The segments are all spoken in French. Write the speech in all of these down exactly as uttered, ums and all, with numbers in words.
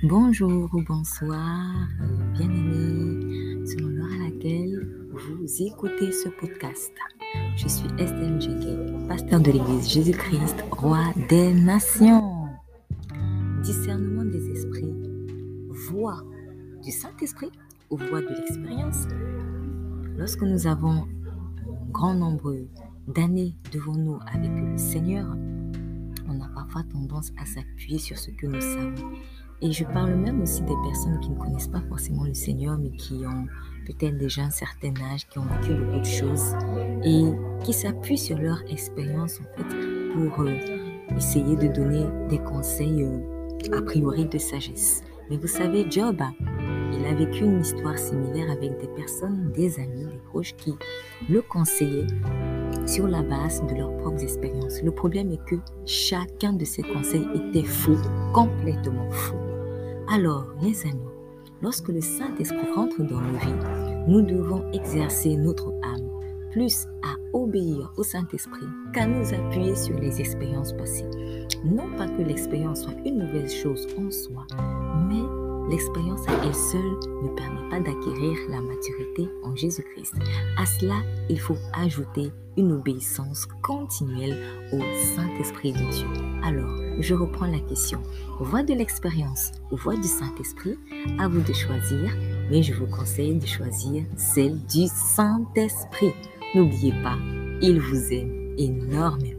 Bonjour ou bonsoir, euh, bien-aimés, selon l'heure à laquelle vous écoutez ce podcast. Je suis Estelle Njeke, pasteur de l'Église Jésus-Christ, roi des nations. Discernement des esprits, voix du Saint-Esprit ou voix de l'expérience. Lorsque nous avons un grand nombre d'années devant nous avec le Seigneur, on a parfois tendance à s'appuyer sur ce que nous savons. Et je parle même aussi des personnes qui ne connaissent pas forcément le Seigneur, mais qui ont peut-être déjà un certain âge, qui ont vécu beaucoup de choses et qui s'appuient sur leur expérience en fait pour euh, essayer de donner des conseils euh, a priori de sagesse. Mais vous savez, Job, il a vécu une histoire similaire avec des personnes, des amis, des proches qui le conseillaient sur la base de leurs propres expériences. Le problème est que chacun de ces conseils était faux, complètement faux. Alors, mes amis, lorsque le Saint-Esprit rentre dans nos vies, nous devons exercer notre âme plus à obéir au Saint-Esprit qu'à nous appuyer sur les expériences passées. Non pas que l'expérience soit une mauvaise chose en soi, mais l'expérience à elle seule ne permet pas d'acquérir la maturité en Jésus-Christ. À cela, il faut ajouter une obéissance continuelle au Saint-Esprit de Dieu. Alors, je reprends la question. Voix de l'expérience ou voix du Saint-Esprit, à vous de choisir, mais je vous conseille de choisir celle du Saint-Esprit. N'oubliez pas, il vous aime énormément.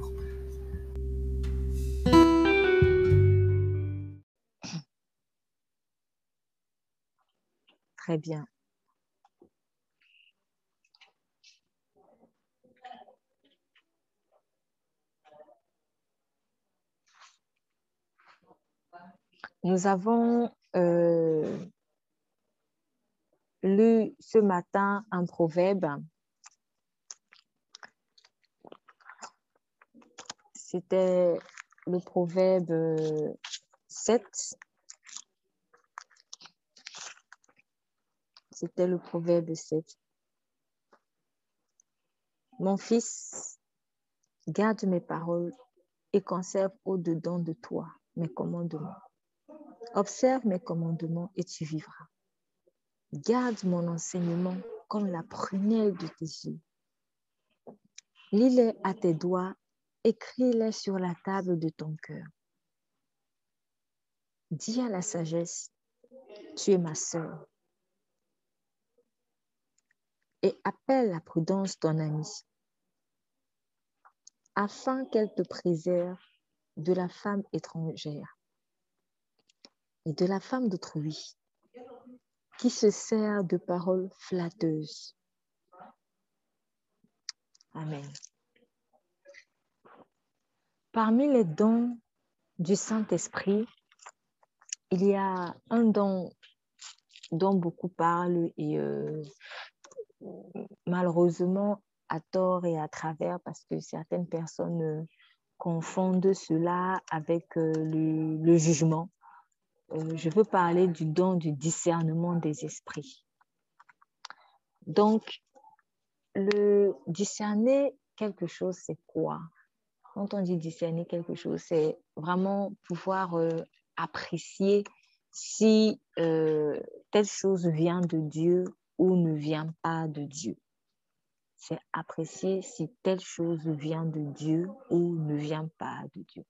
Très bien. Nous avons euh, lu ce matin un proverbe. C'était le proverbe sept. C'était le proverbe sept. Mon fils, garde mes paroles et conserve au-dedans de toi mes commandements. Observe mes commandements et tu vivras. Garde mon enseignement comme la prunelle de tes yeux. Lis-les à tes doigts, écris-les sur la table de ton cœur. Dis à la sagesse, tu es ma sœur. Et appelle la prudence ton amie, afin qu'elle te préserve de la femme étrangère et de la femme d'autrui, qui se sert de paroles flatteuses. Amen. Parmi les dons du Saint-Esprit, il y a un don dont beaucoup parlent et euh, malheureusement à tort et à travers parce que certaines personnes euh, confondent cela avec euh, le, le jugement. Euh, je veux parler du don du discernement des esprits. Donc, le discerner quelque chose, c'est quoi? Quand on dit discerner quelque chose, c'est vraiment pouvoir euh, apprécier si euh, telle chose vient de Dieu ou ne vient pas de Dieu. C'est apprécier si telle chose vient de Dieu ou ne vient pas de Dieu.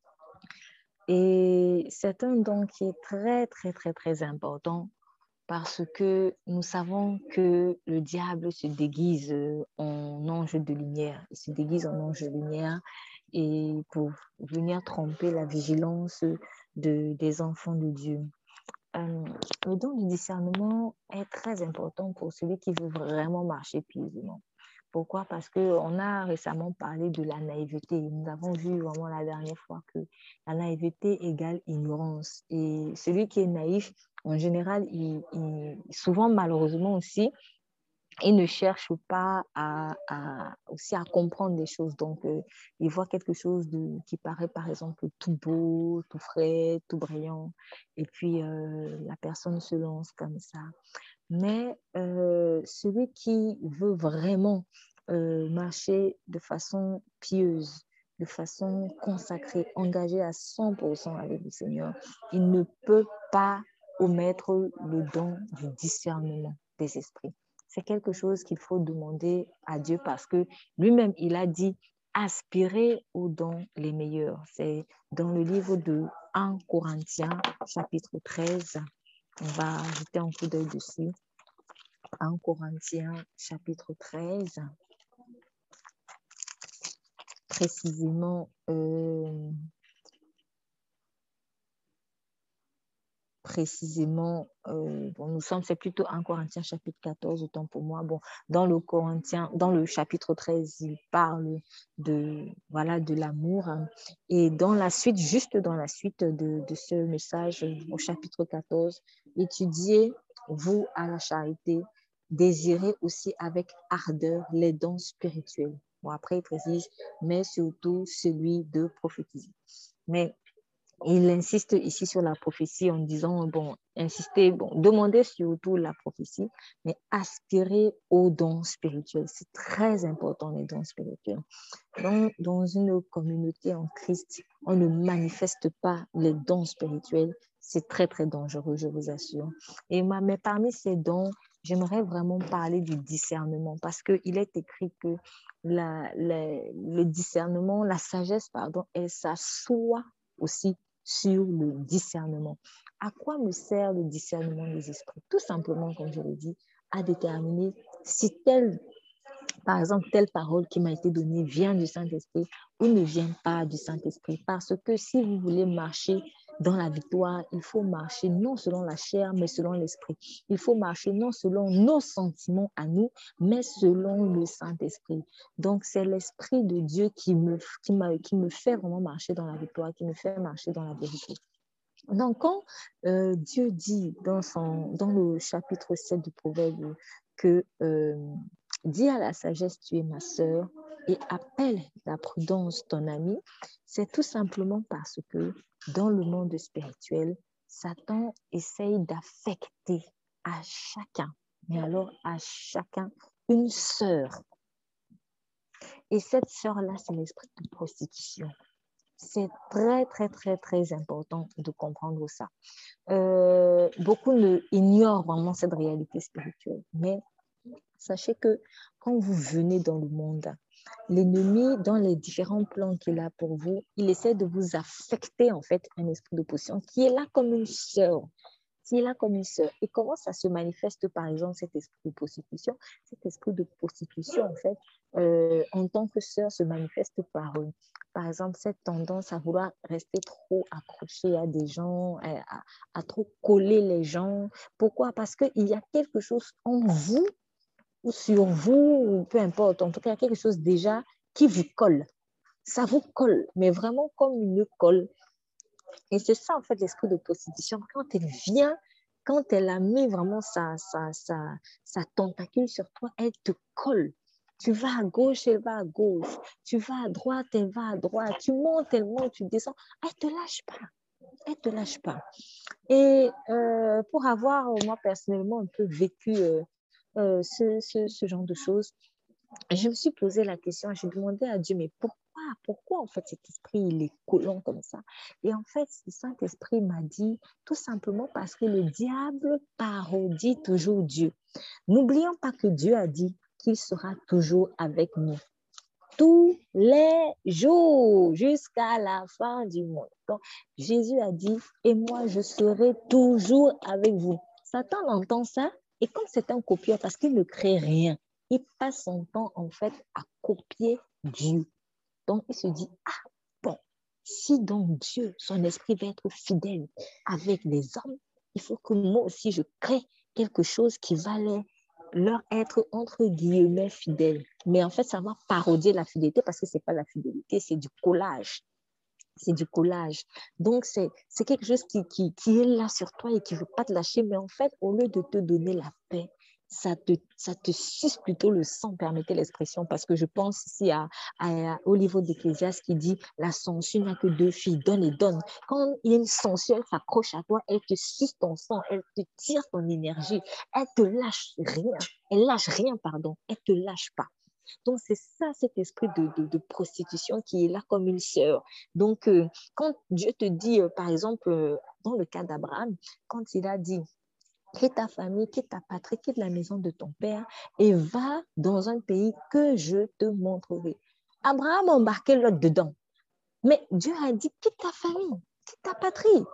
Et c'est un don qui est très, très, très, très important parce que nous savons que le diable se déguise en ange de lumière. Il se déguise en ange de lumière et pour venir tromper la vigilance de, des enfants de Dieu. Euh, le don du discernement est très important pour celui qui veut vraiment marcher pieusement. Pourquoi? Parce qu'on a récemment parlé de la naïveté. Nous avons vu vraiment la dernière fois que la naïveté égale ignorance. Et celui qui est naïf, en général, il, il, souvent malheureusement aussi, il ne cherche pas à, à, aussi à comprendre des choses. Donc, euh, il voit quelque chose de, qui paraît, par exemple, tout beau, tout frais, tout brillant. Et puis, euh, la personne se lance comme ça. Mais euh, celui qui veut vraiment euh, marcher de façon pieuse, de façon consacrée, engagée à cent pour cent avec le Seigneur, il ne peut pas omettre le don du discernement des esprits. C'est quelque chose qu'il faut demander à Dieu parce que lui-même, il a dit aspirer aux dons les meilleurs. C'est dans le livre de premier Corinthiens, chapitre treize. On va jeter un coup d'œil dessus. premier Corinthiens, chapitre treize. Précisément, euh, précisément, euh, bon, nous sommes, c'est plutôt premier Corinthiens chapitre quatorze, autant pour moi. Bon, dans le Corinthien, dans le chapitre treize, il parle de, voilà, de l'amour. Hein. Et dans la suite, juste dans la suite de, de ce message, au chapitre quatorze, étudiez, vous, à la charité, désirez aussi avec ardeur les dons spirituels. Bon, après, il précise, mais surtout celui de prophétiser. Mais il insiste ici sur la prophétie en disant, bon, insister, bon, demander surtout la prophétie, mais aspirer aux dons spirituels. C'est très important, les dons spirituels. Donc, dans une communauté en Christ, on ne manifeste pas les dons spirituels. C'est très, très dangereux, je vous assure. Et moi, mais parmi ces dons, j'aimerais vraiment parler du discernement parce qu'il est écrit que la, la, le discernement, la sagesse, pardon, elle s'assoit aussi sur le discernement. À quoi me sert le discernement des esprits? Tout simplement, comme je l'ai dit, à déterminer si tel, par exemple, telle parole qui m'a été donnée vient du Saint-Esprit ou ne vient pas du Saint-Esprit. Parce que si vous voulez marcher dans la victoire, il faut marcher non selon la chair, mais selon l'Esprit. Il faut marcher non selon nos sentiments à nous, mais selon le Saint-Esprit. Donc, c'est l'Esprit de Dieu qui me, qui, m'a, qui me fait vraiment marcher dans la victoire, qui me fait marcher dans la vérité. Donc, quand euh, Dieu dit dans, son, dans le chapitre sept du Proverbe que euh, dis à la sagesse, tu es ma sœur, et appelle la prudence ton ami, c'est tout simplement parce que dans le monde spirituel, Satan essaye d'affecter à chacun, mais alors à chacun, une sœur. Et cette sœur-là, c'est l'esprit de prostitution. C'est très, très, très, très important de comprendre ça. Euh, beaucoup ne, ignorent vraiment cette réalité spirituelle, mais sachez que quand vous venez dans le monde, l'ennemi, dans les différents plans qu'il a pour vous, il essaie de vous affecter en fait un esprit de possession qui est là comme une sœur. Qui est là comme une sœur. Et comment ça se manifeste, par exemple, cet esprit de prostitution? Cet esprit de prostitution, en fait, euh, en tant que sœur, se manifeste par, euh, par exemple, cette tendance à vouloir rester trop accroché à des gens, à, à, à trop coller les gens. Pourquoi? Parce qu'il y a quelque chose en vous ou sur vous, peu importe, en tout cas, quelque chose déjà qui vous colle. Ça vous colle, mais vraiment comme une colle. Et c'est ça, en fait, l'esprit de prostitution. Quand elle vient, quand elle a mis vraiment sa, sa, sa, sa tentacule sur toi, elle te colle. Tu vas à gauche, elle va à gauche. Tu vas à droite, elle va à droite. Tu montes, elle monte, tu descends. Elle ne te lâche pas. Elle ne te lâche pas. Et euh, pour avoir, moi, personnellement, un peu vécu euh, euh, ce, ce, ce genre de choses, je me suis posé la question, j'ai demandé à Dieu, mais pourquoi, pourquoi en fait cet esprit, il est collant comme ça? Et en fait, le Saint-Esprit m'a dit, tout simplement parce que le diable parodie toujours Dieu. N'oublions pas que Dieu a dit qu'il sera toujours avec nous. Tous les jours, jusqu'à la fin du monde. Donc, Jésus a dit, et moi, je serai toujours avec vous. Satan entend ça, et comme c'est un copieur, parce qu'il ne crée rien, il passe son temps, en fait, à copier Dieu. Donc, il se dit, ah, bon, si donc Dieu, son esprit va être fidèle avec les hommes, il faut que moi aussi, je crée quelque chose qui va les, leur être, entre guillemets, fidèle. Mais en fait, ça va parodier la fidélité parce que ce n'est pas la fidélité, c'est du collage. C'est du collage. Donc, c'est, c'est quelque chose qui, qui, qui est là sur toi et qui ne veut pas te lâcher. Mais en fait, au lieu de te donner la paix, ça te, ça te suce plutôt le sang, permettez l'expression, parce que je pense ici à, à, au livre d'Ecclésiaste qui dit « La censure n'a que deux filles, donne et donne ». Quand il y a une censure, elle s'accroche à toi, elle te suce ton sang, elle te tire ton énergie, elle te lâche rien, elle lâche rien, pardon, elle te lâche pas. Donc, c'est ça, cet esprit de, de, de prostitution qui est là comme une sœur. Donc, euh, quand Dieu te dit, euh, par exemple, euh, dans le cas d'Abraham, quand il a dit, quitte ta famille, quitte ta patrie, quitte la maison de ton père et va dans un pays que je te montrerai. Abraham a embarqué l'autre dedans. Mais Dieu a dit, quitte ta famille, quitte ta patrie,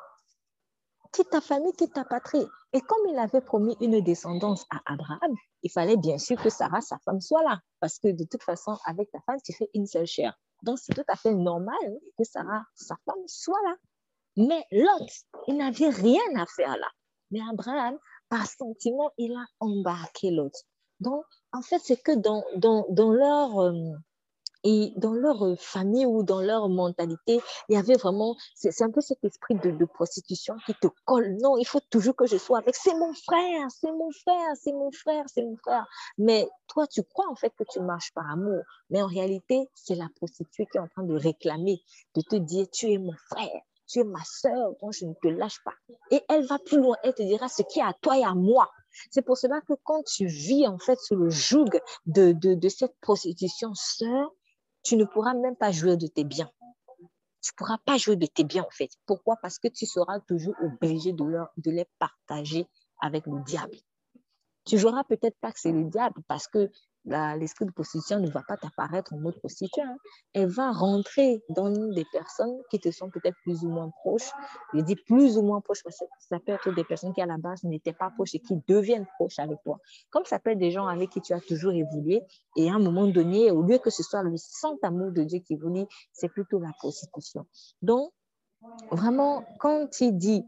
quitte ta famille, quitte ta patrie. Et comme il avait promis une descendance à Abraham, il fallait bien sûr que Sarah, sa femme, soit là. Parce que de toute façon, avec ta femme, tu fais une seule chair. Donc, c'est tout à fait normal que Sarah, sa femme, soit là. Mais Lot, il n'avait rien à faire là. Mais Abraham, par sentiment, il a embarqué Lot. Donc, en fait, c'est que dans, dans, dans leur... Euh, et dans leur famille ou dans leur mentalité, il y avait vraiment, c'est, c'est un peu cet esprit de, de prostitution qui te colle. Non, il faut toujours que je sois avec. C'est mon frère, c'est mon frère, c'est mon frère, c'est mon frère. Mais toi, tu crois en fait que tu marches par amour. Mais en réalité, c'est la prostituée qui est en train de réclamer, de te dire, tu es mon frère, tu es ma sœur, donc je ne te lâche pas. Et elle va plus loin, elle te dira ce qui est à toi et à moi. C'est pour cela que quand tu vis en fait sous le joug de, de, de cette prostitution sœur, tu ne pourras même pas jouir de tes biens. Tu ne pourras pas jouir de tes biens, en fait. Pourquoi? Parce que tu seras toujours obligé de, leur, de les partager avec le diable. Tu ne verras peut-être pas que c'est le diable parce que la, l'esprit de prostitution ne va pas t'apparaître en mode prostituée. Hein. Elle va rentrer dans des personnes qui te sont peut-être plus ou moins proches. Je dis plus ou moins proches parce que ça peut être des personnes qui à la base n'étaient pas proches et qui deviennent proches avec toi. Comme ça peut être des gens avec qui tu as toujours évolué et à un moment donné, au lieu que ce soit le saint amour de Dieu qui évolue, c'est plutôt la prostitution. Donc, vraiment, quand il dit,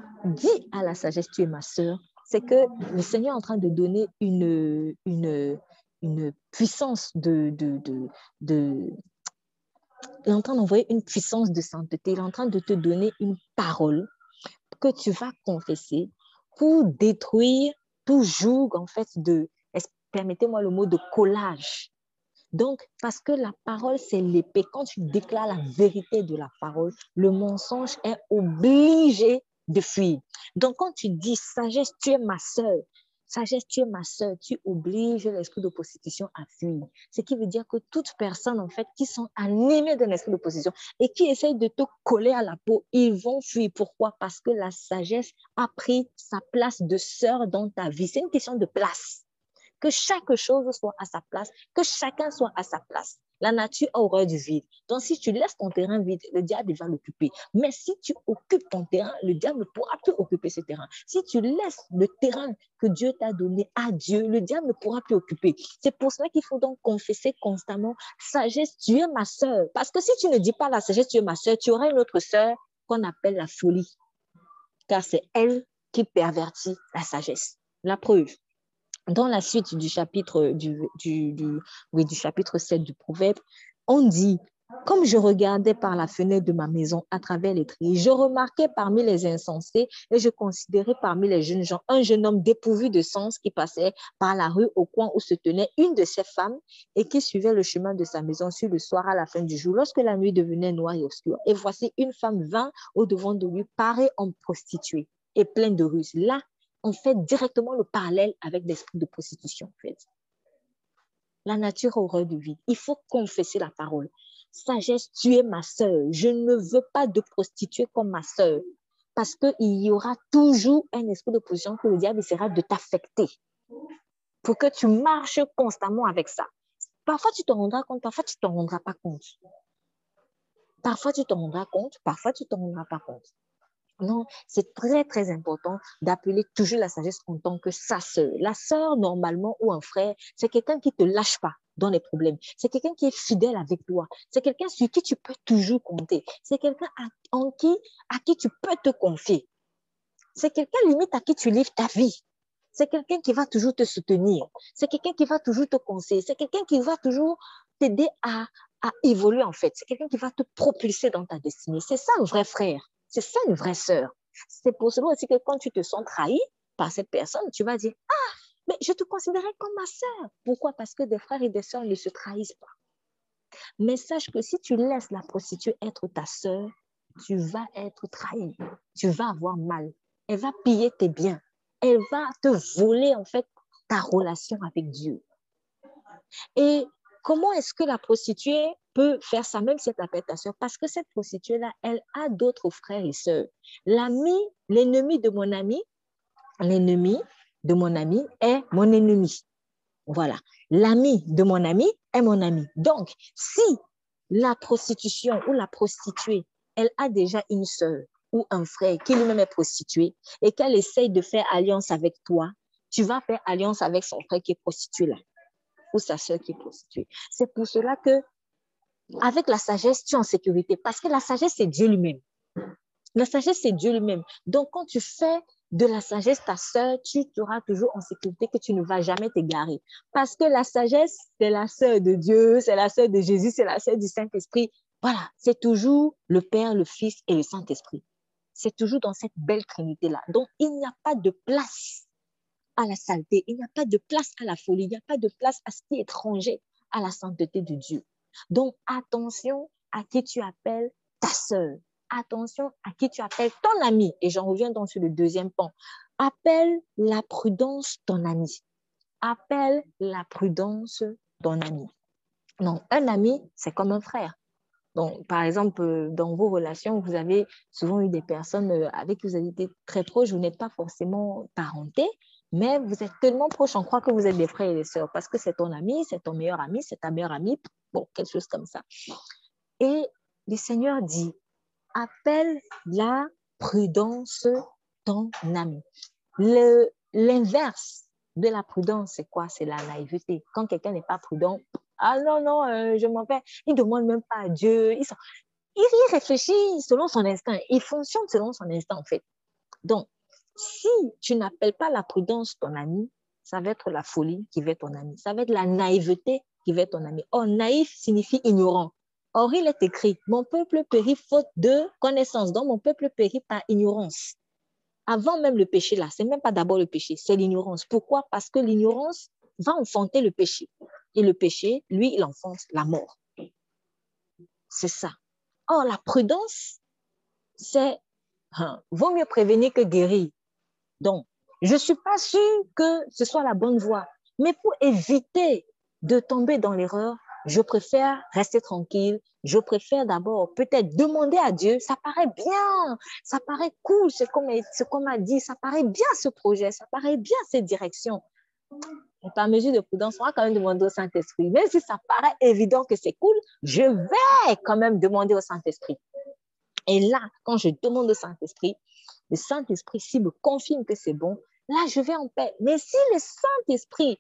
dis à la sagesse, tu es ma sœur, c'est que le Seigneur est en train de donner une, une, une puissance de, de, de, de... Il est en train d'envoyer une puissance de sainteté. Il est en train de te donner une parole que tu vas confesser pour détruire tout joug, en fait, de, permettez-moi le mot de collage. Donc, parce que la parole, c'est l'épée. Quand tu déclares la vérité de la parole, le mensonge est obligé de fuir. Donc, quand tu dis sagesse, tu es ma sœur, sagesse, tu es ma sœur, tu obliges l'esprit de prostitution à fuir. Ce qui veut dire que toutes personnes, en fait, qui sont animées d'un esprit de prostitution et qui essayent de te coller à la peau, ils vont fuir. Pourquoi? Parce que la sagesse a pris sa place de sœur dans ta vie. C'est une question de place. Que chaque chose soit à sa place, que chacun soit à sa place. La nature a horreur du vide. Donc, si tu laisses ton terrain vide, le diable va l'occuper. Mais si tu occupes ton terrain, le diable ne pourra plus occuper ce terrain. Si tu laisses le terrain que Dieu t'a donné à Dieu, le diable ne pourra plus occuper. C'est pour cela qu'il faut donc confesser constamment, sagesse, tu es ma sœur. Parce que si tu ne dis pas la sagesse, tu es ma sœur, tu auras une autre sœur qu'on appelle la folie. Car c'est elle qui pervertit la sagesse. La preuve. Dans la suite du chapitre, du, du, du, oui, du chapitre sept du Proverbe, on dit, comme je regardais par la fenêtre de ma maison à travers les trilles, je remarquais parmi les insensés et je considérais parmi les jeunes gens un jeune homme dépourvu de sens qui passait par la rue au coin où se tenait une de ses femmes et qui suivait le chemin de sa maison sur le soir à la fin du jour, lorsque la nuit devenait noire et obscure. Et voici une femme vint au devant de lui, parée en prostituée et pleine de ruses. Là, on fait directement le parallèle avec l'esprit de prostitution. En fait. La nature a horreur du vide. Il faut confesser la parole. Sagesse, tu es ma sœur. Je ne veux pas de prostituée comme ma sœur. Parce qu'il y aura toujours un esprit de prostitution que le diable essaiera de t'affecter. Pour que tu marches constamment avec ça. Parfois, tu t'en rendras compte, parfois, tu ne t'en rendras pas compte. Parfois, tu t'en rendras compte, parfois, tu ne t'en rendras pas compte. Non, c'est très, très important d'appeler toujours la sagesse en tant que sa sœur. La sœur, normalement, ou un frère, c'est quelqu'un qui ne te lâche pas dans les problèmes. C'est quelqu'un qui est fidèle avec toi. C'est quelqu'un sur qui tu peux toujours compter. C'est quelqu'un à, en qui, à qui tu peux te confier. C'est quelqu'un limite à qui tu livres ta vie. C'est quelqu'un qui va toujours te soutenir. C'est quelqu'un qui va toujours te conseiller. C'est quelqu'un qui va toujours t'aider à, à évoluer, en fait. C'est quelqu'un qui va te propulser dans ta destinée. C'est ça, un vrai frère. C'est ça une vraie sœur. C'est pour cela aussi que quand tu te sens trahi par cette personne, tu vas dire, ah, mais je te considérais comme ma sœur. Pourquoi? Parce que des frères et des sœurs ne se trahissent pas. Mais sache que si tu laisses la prostituée être ta sœur, tu vas être trahi. Tu vas avoir mal. Elle va piller tes biens. Elle va te voler, en fait, ta relation avec Dieu. Et comment est-ce que la prostituée peut faire ça, même si elle t'appelle ta soeur? Parce que cette prostituée-là, elle a d'autres frères et sœurs. L'ami, l'ennemi de mon ami, l'ennemi de mon ami est mon ennemi. Voilà. L'ami de mon ami est mon ami. Donc, si la prostitution ou la prostituée, elle a déjà une sœur ou un frère qui lui-même est prostitué et qu'elle essaye de faire alliance avec toi, tu vas faire alliance avec son frère qui est prostitué là ou sa sœur qui est prostituée. C'est pour cela que avec la sagesse, tu es en sécurité parce que la sagesse, c'est Dieu lui-même. La sagesse, c'est Dieu lui-même. Donc, quand tu fais de la sagesse ta sœur, tu seras toujours en sécurité que tu ne vas jamais t'égarer. Parce que la sagesse, c'est la sœur de Dieu, c'est la sœur de Jésus, c'est la sœur du Saint-Esprit. Voilà, c'est toujours le Père, le Fils et le Saint-Esprit. C'est toujours dans cette belle trinité-là. Donc, il n'y a pas de place à la saleté, il n'y a pas de place à la folie, il n'y a pas de place à ce qui est étranger à la sainteté de Dieu. Donc, attention à qui tu appelles ta sœur. Attention à qui tu appelles ton ami. Et j'en reviens donc sur le deuxième pan. Appelle la prudence ton ami. Appelle la prudence ton ami. Non, un ami, c'est comme un frère. Donc, par exemple, dans vos relations, vous avez souvent eu des personnes avec qui vous avez été très proches, vous n'êtes pas forcément parentés, mais vous êtes tellement proches, on croit que vous êtes des frères et des sœurs parce que c'est ton ami, c'est ton meilleur ami, c'est ta meilleure amie, bon, quelque chose comme ça. Et le Seigneur dit, appelle la prudence ton ami. Le, l'inverse de la prudence, c'est quoi? C'est la naïveté. Quand quelqu'un n'est pas prudent, ah non, non, euh, je m'en vais. Il ne demande même pas à Dieu. Il, il, il réfléchit selon son instinct. Il fonctionne selon son instinct, en fait. Donc, si tu n'appelles pas la prudence ton ami, ça va être la folie qui va être ton ami. Ça va être la naïveté qui va être ton ami. Or, naïf signifie ignorant. Or, il est écrit, mon peuple périt faute de connaissance. Donc, mon peuple périt par ignorance. Avant même le péché, là, ce n'est même pas d'abord le péché, c'est l'ignorance. Pourquoi? Parce que l'ignorance va enfanter le péché. Et le péché, lui, il enfonce la mort. C'est ça. Or, la prudence, c'est, hein, vaut mieux prévenir que guérir. Donc, je ne suis pas sûre que ce soit la bonne voie. Mais pour éviter de tomber dans l'erreur, je préfère rester tranquille. Je préfère d'abord peut-être demander à Dieu. Ça paraît bien, ça paraît cool ce qu'on m'a, ce qu'on m'a dit. Ça paraît bien ce projet, ça paraît bien cette direction. Et par mesure de prudence, on va quand même demander au Saint-Esprit. Même si ça paraît évident que c'est cool, je vais quand même demander au Saint-Esprit. Et là, quand je demande au Saint-Esprit, le Saint-Esprit, s'il me confirme que c'est bon, là, je vais en paix. Mais si le Saint-Esprit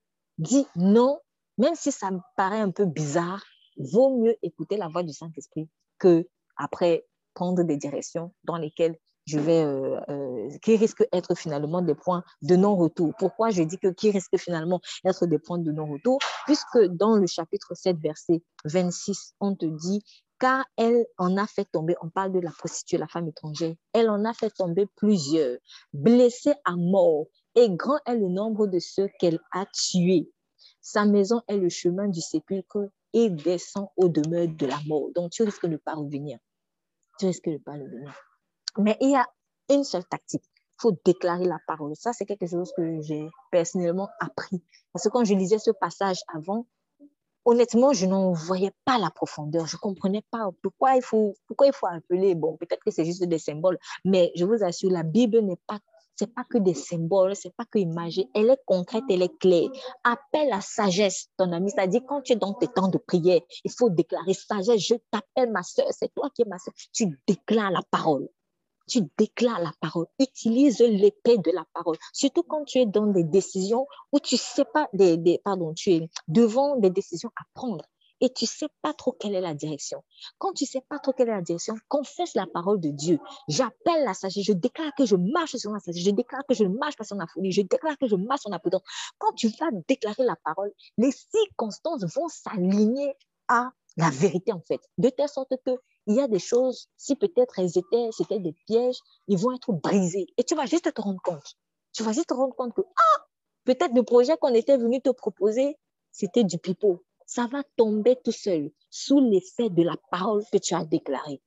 dit non, même si ça me paraît un peu bizarre, vaut mieux écouter la voix du Saint-Esprit que après prendre des directions dans lesquelles je vais, euh, euh, qui risquent d'être finalement des points de non-retour. Pourquoi je dis que qui risquent finalement d'être des points de non-retour? Puisque dans le chapitre sept, verset vingt-six, on te dit, car elle en a fait tomber, on parle de la prostituée, la femme étrangère, elle en a fait tomber plusieurs, blessés à mort, et grand est le nombre de ceux qu'elle a tués. Sa maison est le chemin du sépulcre et descend aux demeures de la mort. Donc, tu risques de ne pas revenir. Tu risques de ne pas revenir. Mais il y a une seule tactique. Il faut déclarer la parole. Ça, c'est quelque chose que j'ai personnellement appris. Parce que quand je lisais ce passage avant, honnêtement, je n'en voyais pas la profondeur. Je ne comprenais pas pourquoi il faut, pourquoi il faut appeler. Bon, peut-être que c'est juste des symboles. Mais je vous assure, la Bible n'est pas c'est pas que des symboles, c'est pas que imagée, elle est concrète, elle est claire. Appelle la sagesse, ton ami, c'est-à-dire quand tu es dans tes temps de prière, il faut déclarer sagesse, je t'appelle ma soeur, c'est toi qui es ma soeur, tu déclares la parole. Tu déclares la parole, utilise l'épée de la parole, surtout quand tu es dans des décisions où tu sais pas, des, des, pardon, tu es devant des décisions à prendre et tu sais pas trop quelle est la direction. Quand tu sais pas trop quelle est la direction, confesse la parole de Dieu. J'appelle la sagesse, je déclare que je marche sur la sagesse, je déclare que je ne marche pas sur la folie, je déclare que je marche sur la prudence. Quand tu vas déclarer la parole, les circonstances vont s'aligner à la vérité en fait, de telle sorte que il y a des choses, si peut-être elles étaient, c'était des pièges, ils vont être brisés. Et tu vas juste te rendre compte. Tu vas juste te rendre compte que, ah, peut-être le projet qu'on était venu te proposer, c'était du pipeau. Ça va tomber tout seul, sous l'effet de la parole que tu as déclarée.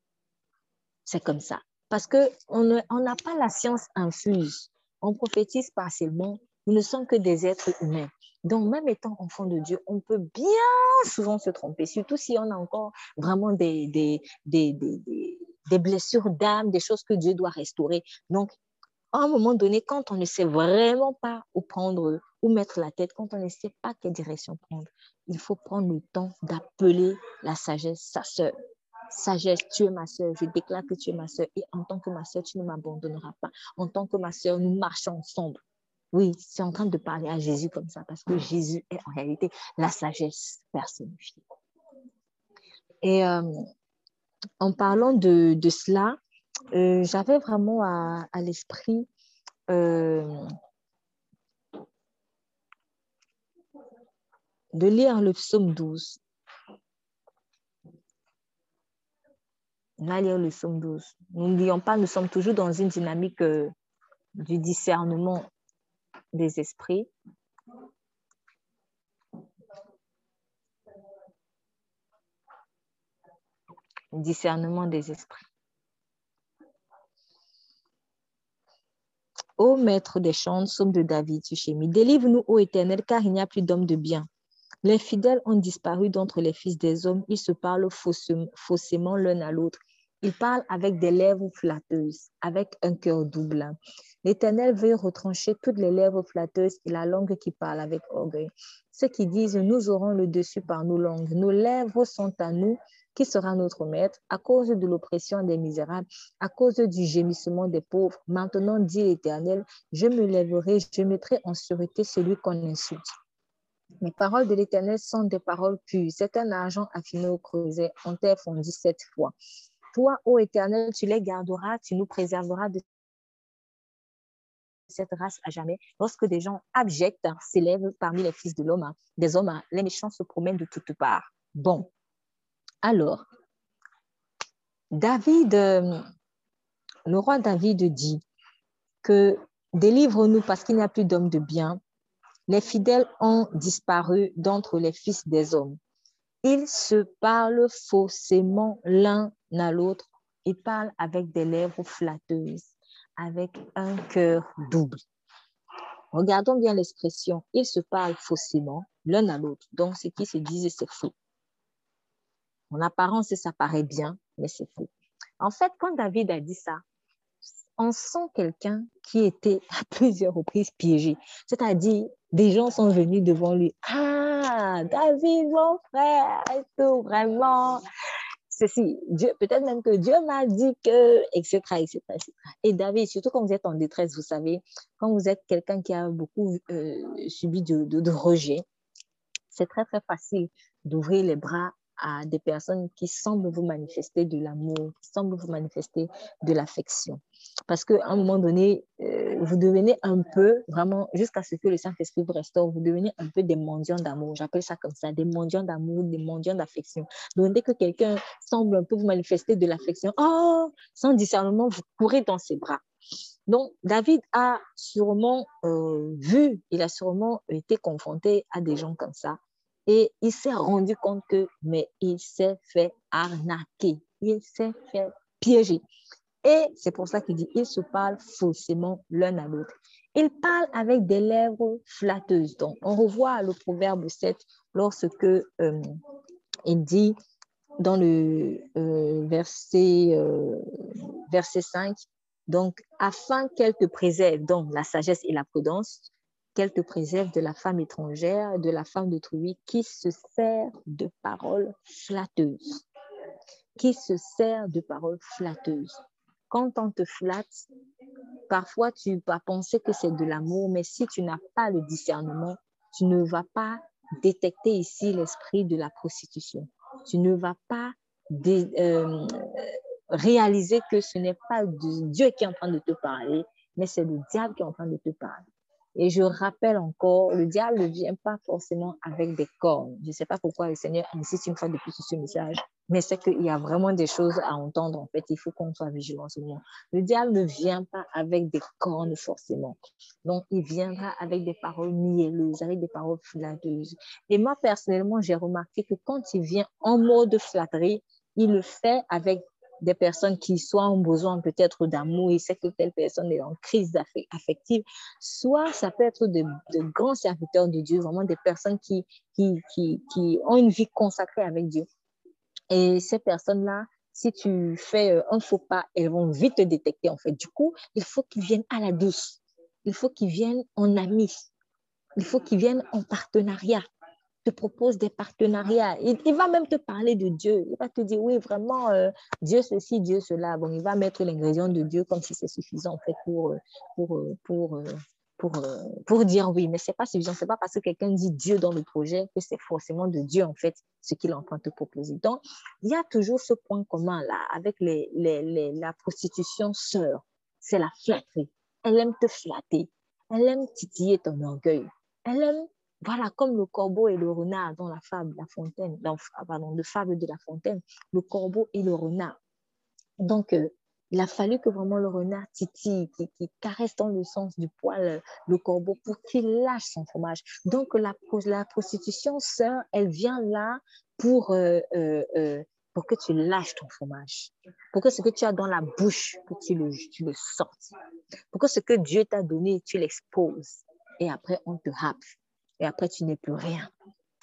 C'est comme ça. Parce qu'on n'a pas la science infuse. On prophétise partiellement. Nous ne sommes que des êtres humains. Donc, même étant enfant de Dieu, on peut bien souvent se tromper, surtout si on a encore vraiment des, des, des, des, des, des blessures d'âme, des choses que Dieu doit restaurer. Donc, à un moment donné, quand on ne sait vraiment pas où prendre, où mettre la tête, quand on ne sait pas quelle direction prendre, il faut prendre le temps d'appeler la sagesse sa sœur. Sagesse, tu es ma sœur, je déclare que tu es ma sœur et en tant que ma sœur, tu ne m'abandonneras pas. En tant que ma sœur, nous marchons ensemble. Oui, c'est en train de parler à Jésus comme ça parce que Jésus est en réalité la sagesse personnifiée. Et euh, en parlant de, de cela, euh, j'avais vraiment à, à l'esprit euh, de lire le psaume douze. On va lire le psaume douze. N'oublions pas, nous sommes toujours dans une dynamique euh, du discernement des esprits. Discernement des esprits. Ô maître des chants, psaume de David, Suchémi, délivre-nous, ô Éternel, car il n'y a plus d'hommes de bien. Les fidèles ont disparu d'entre les fils des hommes, ils se parlent faussément l'un à l'autre. Ils parlent avec des lèvres flatteuses, avec un cœur double. L'Éternel veut retrancher toutes les lèvres flatteuses et la langue qui parle avec orgueil. Ceux qui disent, nous aurons le dessus par nos langues, nos lèvres sont à nous. Qui sera notre maître? À cause de l'oppression des misérables, à cause du gémissement des pauvres. Maintenant, dit l'Éternel, je me lèverai, je mettrai en sûreté celui qu'on insulte. Les paroles de l'Éternel sont des paroles pures. C'est un argent affiné au creuset, en terre fondue sept fois. Toi, ô Éternel, tu les garderas, tu nous préserveras de cette race à jamais. Lorsque des gens abjects s'élèvent parmi les fils de l'homme, des hommes, les méchants se promènent de toutes parts. Bon. Alors, David, euh, le roi David dit que délivre-nous parce qu'il n'y a plus d'hommes de bien. Les fidèles ont disparu d'entre les fils des hommes. Ils se parlent faussément l'un à l'autre. Ils parlent avec des lèvres flatteuses, avec un cœur double. Regardons bien l'expression. Ils se parlent faussément l'un à l'autre. Donc, ce qui se disent, c'est faux. En apparence, ça paraît bien, mais c'est faux. En fait, quand David a dit ça, on sent quelqu'un qui était à plusieurs reprises piégé. C'est-à-dire, des gens sont venus devant lui. Ah, David, mon frère, est-ce que vraiment ceci, Dieu, peut-être même que Dieu m'a dit que, et cetera, et cetera, et cetera. Et David, surtout quand vous êtes en détresse, vous savez, quand vous êtes quelqu'un qui a beaucoup euh, subi de, de, de rejet, c'est très, très facile d'ouvrir les bras à des personnes qui semblent vous manifester de l'amour, qui semblent vous manifester de l'affection. Parce qu'à un moment donné, euh, vous devenez un peu, vraiment, jusqu'à ce que le Saint-Esprit vous restaure, vous devenez un peu des mendiants d'amour. J'appelle ça comme ça, des mendiants d'amour, des mendiants d'affection. Donc, dès que quelqu'un semble un peu vous manifester de l'affection, oh, sans discernement, vous courez dans ses bras. Donc, David a sûrement euh, vu, il a sûrement été confronté à des gens comme ça. Et il s'est rendu compte que, mais il s'est fait arnaquer, il s'est fait piéger. Et c'est pour ça qu'il dit, ils se parlent faussément l'un à l'autre. Ils parlent avec des lèvres flatteuses. Donc, on revoit le proverbe sept lorsque euh, il dit dans le euh, verset, euh, verset cinq, donc, afin qu'elle te préserve, donc la sagesse et la prudence, qu'elle te préserve de la femme étrangère, de la femme d'autrui qui se sert de paroles flatteuses. Qui se sert de paroles flatteuses. Quand on te flatte, parfois tu vas penser que c'est de l'amour, mais si tu n'as pas le discernement, tu ne vas pas détecter ici l'esprit de la prostitution. Tu ne vas pas dé, euh, réaliser que ce n'est pas Dieu qui est en train de te parler, mais c'est le diable qui est en train de te parler. Et je rappelle encore, le diable ne vient pas forcément avec des cornes. Je ne sais pas pourquoi le Seigneur insiste une fois de plus sur ce message, mais c'est qu'il y a vraiment des choses à entendre. En fait, il faut qu'on soit vigilant en ce moment. Le diable ne vient pas avec des cornes forcément. Donc, il viendra avec des paroles mielleuses, avec des paroles flatteuses. Et moi, personnellement, j'ai remarqué que quand il vient en mode flatterie, il le fait avec des personnes qui soit ont besoin peut-être d'amour et c'est que telle personne est en crise affective, soit ça peut être de, de grands serviteurs de Dieu, vraiment des personnes qui, qui, qui, qui ont une vie consacrée avec Dieu. Et ces personnes-là, si tu fais un faux pas, elles vont vite te détecter en fait. Du coup, il faut qu'ils viennent à la douce. Il faut qu'ils viennent en amis. Il faut qu'ils viennent en partenariat. Te propose des partenariats. Il, il va même te parler de Dieu. Il va te dire, oui, vraiment, euh, Dieu ceci, Dieu cela. Bon, il va mettre l'ingrédient de Dieu comme si c'est suffisant, en fait, pour, pour, pour, pour, pour, pour dire oui. Mais ce n'est pas suffisant. Ce n'est pas parce que quelqu'un dit Dieu dans le projet que c'est forcément de Dieu, en fait, ce qu'il est en train de te proposer. Donc, il y a toujours ce point commun-là avec les, les, les, la prostitution sœur. C'est la flatterie. Elle aime te flatter. Elle aime titiller ton orgueil. Elle aime, voilà, comme le corbeau et le renard dans la fable de La Fontaine, dans, pardon, le fable de La Fontaine, le corbeau et le renard. Donc, euh, il a fallu que vraiment le renard titille, qui, qui caresse dans le sens du poil le corbeau pour qu'il lâche son fromage. Donc, la, la prostitution, sœur, elle vient là pour, euh, euh, euh, pour que tu lâches ton fromage, pour que ce que tu as dans la bouche, que tu le, tu le sortes, pour que ce que Dieu t'a donné, tu l'exposes. Et après, on te happe. Et après, tu n'es plus rien.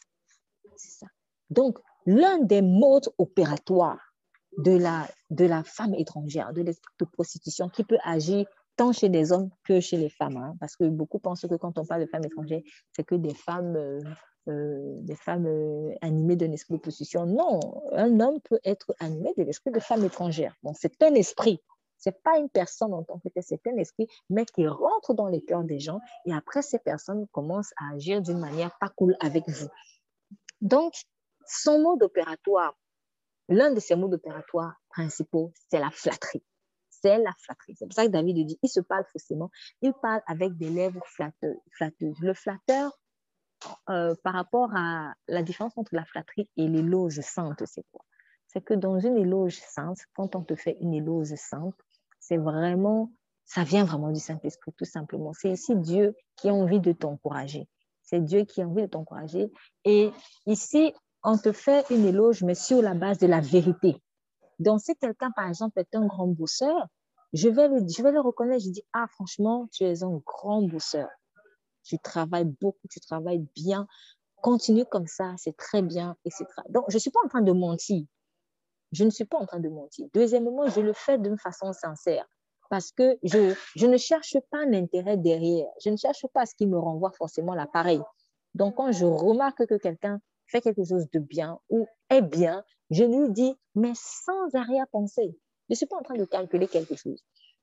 C'est ça. Donc, l'un des modes opératoires de la, de la femme étrangère, de l'esprit de prostitution qui peut agir tant chez les hommes que chez les femmes. Hein, parce que beaucoup pensent que quand on parle de femmes étrangères, c'est que des femmes, euh, euh, des femmes euh, animées d'un esprit de prostitution. Non, un homme peut être animé de l'esprit de femme étrangère. Bon, c'est un esprit. Ce n'est pas une personne en tant que telle, c'est un esprit, mais qui rentre dans les cœurs des gens et après, ces personnes commencent à agir d'une manière pas cool avec vous. Donc, son mode opératoire, l'un de ses modes opératoires principaux, c'est la flatterie. C'est la flatterie. C'est pour ça que David dit, il se parle faussement, il parle avec des lèvres flatteuses. Le flatteur, euh, par rapport à la différence entre la flatterie et l'éloge sainte, c'est quoi? C'est que dans une éloge sainte, quand on te fait une éloge sainte, c'est vraiment, ça vient vraiment du Saint-Esprit, tout simplement. C'est ici Dieu qui a envie de t'encourager. C'est Dieu qui a envie de t'encourager. Et ici, on te fait une éloge, mais sur la base de la vérité. Donc, si quelqu'un, par exemple, est un grand bosseur, je vais le, je vais le reconnaître. Je dis, ah, franchement, tu es un grand bosseur. Tu travailles beaucoup, tu travailles bien. Continue comme ça, c'est très bien, et cetera. Donc, je ne suis pas en train de mentir. Je ne suis pas en train de mentir. Deuxièmement, je le fais d'une façon sincère parce que je, je ne cherche pas l'intérêt derrière. Je ne cherche pas à ce qui me renvoie forcément l'appareil. Donc, quand je remarque que quelqu'un fait quelque chose de bien ou est bien, je lui dis, mais sans arrière-pensée. Je ne suis pas en train de calculer quelque chose.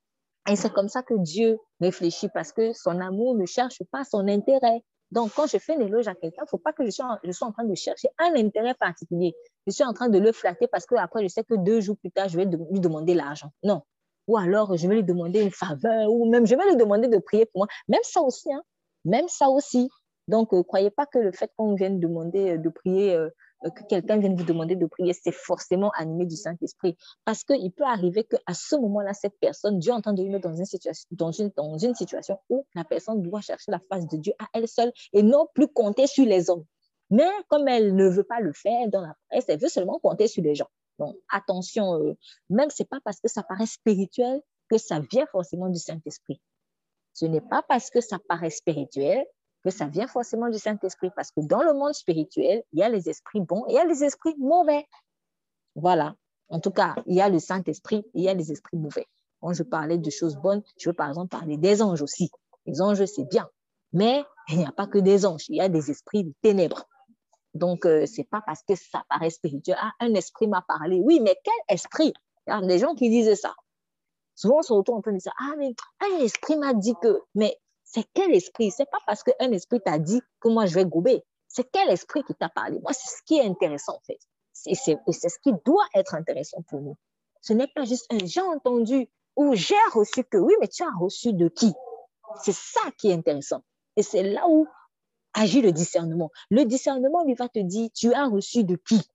Et c'est comme ça que Dieu réfléchit parce que son amour ne cherche pas son intérêt. Donc, quand je fais un éloge à quelqu'un, il ne faut pas que je sois, je sois en train de chercher un intérêt particulier. Je suis en train de le flatter parce qu'après, je sais que deux jours plus tard, je vais de, lui demander l'argent. Non. Ou alors, je vais lui demander une faveur ou même je vais lui demander de prier pour moi. Même ça aussi. Hein. Même ça aussi. Donc, ne euh, croyez pas que le fait qu'on vienne demander de prier, euh, que quelqu'un vienne vous demander de prier, c'est forcément animé du Saint-Esprit. Parce qu'il peut arriver qu'à ce moment-là, cette personne, Dieu est en train de lui mettre dans une, situation, dans, une, dans une situation où la personne doit chercher la face de Dieu à elle seule et non plus compter sur les hommes. Mais comme elle ne veut pas le faire dans la presse, elle veut seulement compter sur les gens. Donc, attention, euh, même ce n'est pas parce que ça paraît spirituel que ça vient forcément du Saint-Esprit. Ce n'est pas parce que ça paraît spirituel que ça vient forcément du Saint-Esprit, parce que dans le monde spirituel, il y a les esprits bons et il y a les esprits mauvais. Voilà. En tout cas, il y a le Saint-Esprit et il y a les esprits mauvais. Quand je parlais de choses bonnes, je veux par exemple parler des anges aussi. Les anges, c'est bien. Mais il n'y a pas que des anges, il y a des esprits de ténèbres. Donc, euh, ce n'est pas parce que ça paraît spirituel. Ah, un esprit m'a parlé. Oui, mais quel esprit? Il y a des gens qui disent ça. Souvent, on se retrouve en train de dire, ah, mais un esprit m'a dit que... Mais c'est quel esprit? Ce n'est pas parce qu'un esprit t'a dit que moi, je vais gober. C'est quel esprit qui t'a parlé? Moi, c'est ce qui est intéressant, en fait. Et c'est, c'est ce qui doit être intéressant pour nous. Ce n'est pas juste un j'ai entendu ou j'ai reçu que... Oui, mais tu as reçu de qui? C'est ça qui est intéressant. Et c'est là où agit le discernement. Le discernement, lui, va te dire, tu as reçu de qui?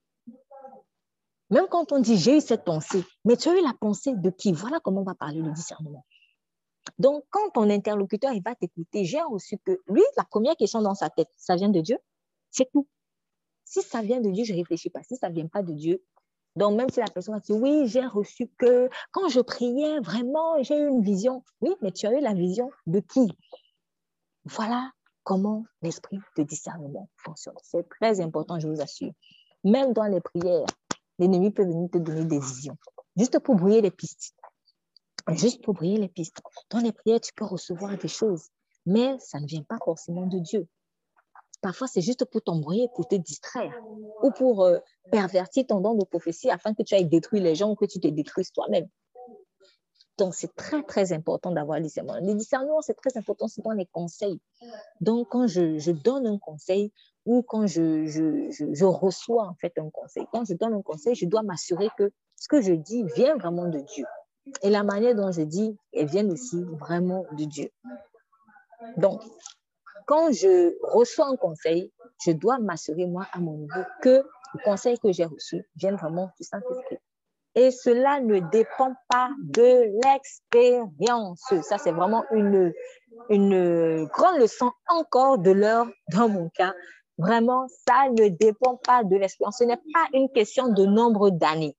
Même quand on dit, j'ai eu cette pensée, mais tu as eu la pensée de qui? Voilà comment on va parler le discernement. Donc, quand ton interlocuteur il va t'écouter, j'ai reçu que lui, la première question dans sa tête, ça vient de Dieu? C'est tout. Si ça vient de Dieu, je ne réfléchis pas. Si ça ne vient pas de Dieu, Donc, même si la personne dit, oui, j'ai reçu que quand je priais, vraiment, j'ai eu une vision. Oui, mais tu as eu la vision de qui? Voilà comment l'esprit de discernement fonctionne. C'est très important, je vous assure. Même dans les prières, l'ennemi peut venir te donner des visions, juste pour brouiller les pistes. Juste pour brouiller les pistes. Dans les prières, tu peux recevoir des choses, mais ça ne vient pas forcément de Dieu. Parfois, c'est juste pour t'embrouiller, pour te distraire, ou pour euh, pervertir ton don de prophétie afin que tu ailles détruire les gens ou que tu te détruises toi-même. Donc, c'est très, très important d'avoir le discernement. Le discernement, c'est très important, c'est dans les conseils. Donc, quand je, je donne un conseil ou quand je, je, je, je reçois en fait un conseil, quand je donne un conseil, je dois m'assurer que ce que je dis vient vraiment de Dieu. Et la manière dont je dis, elle vient aussi vraiment de Dieu. Donc, quand je reçois un conseil, je dois m'assurer, moi, à mon niveau, que le conseil que j'ai reçu vient vraiment du Saint-Esprit. Et cela ne dépend pas de l'expérience. Ça, c'est vraiment une, une grande leçon encore de l'heure dans mon cas. Vraiment, ça ne dépend pas de l'expérience. Ce n'est pas une question de nombre d'années.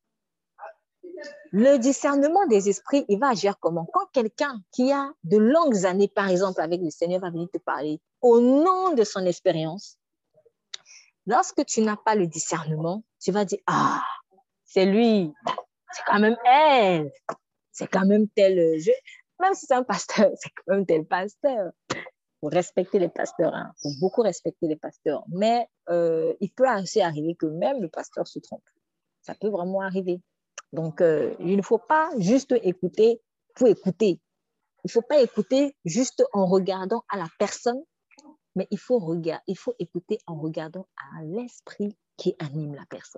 Le discernement des esprits, il va agir comment? Quand quelqu'un qui a de longues années, par exemple, avec le Seigneur va venir te parler au nom de son expérience, lorsque tu n'as pas le discernement, tu vas dire, ah, c'est lui, c'est quand même elle, c'est quand même tel, je... même si c'est un pasteur, c'est quand même tel pasteur. Il faut respecter les pasteurs, hein. Il faut beaucoup respecter les pasteurs, mais euh, il peut aussi arriver que même le pasteur se trompe. Ça peut vraiment arriver. Donc, euh, il ne faut pas juste écouter pour écouter. Il ne faut pas écouter juste en regardant à la personne, mais il faut, regarder, il faut écouter en regardant à l'esprit qui anime la personne.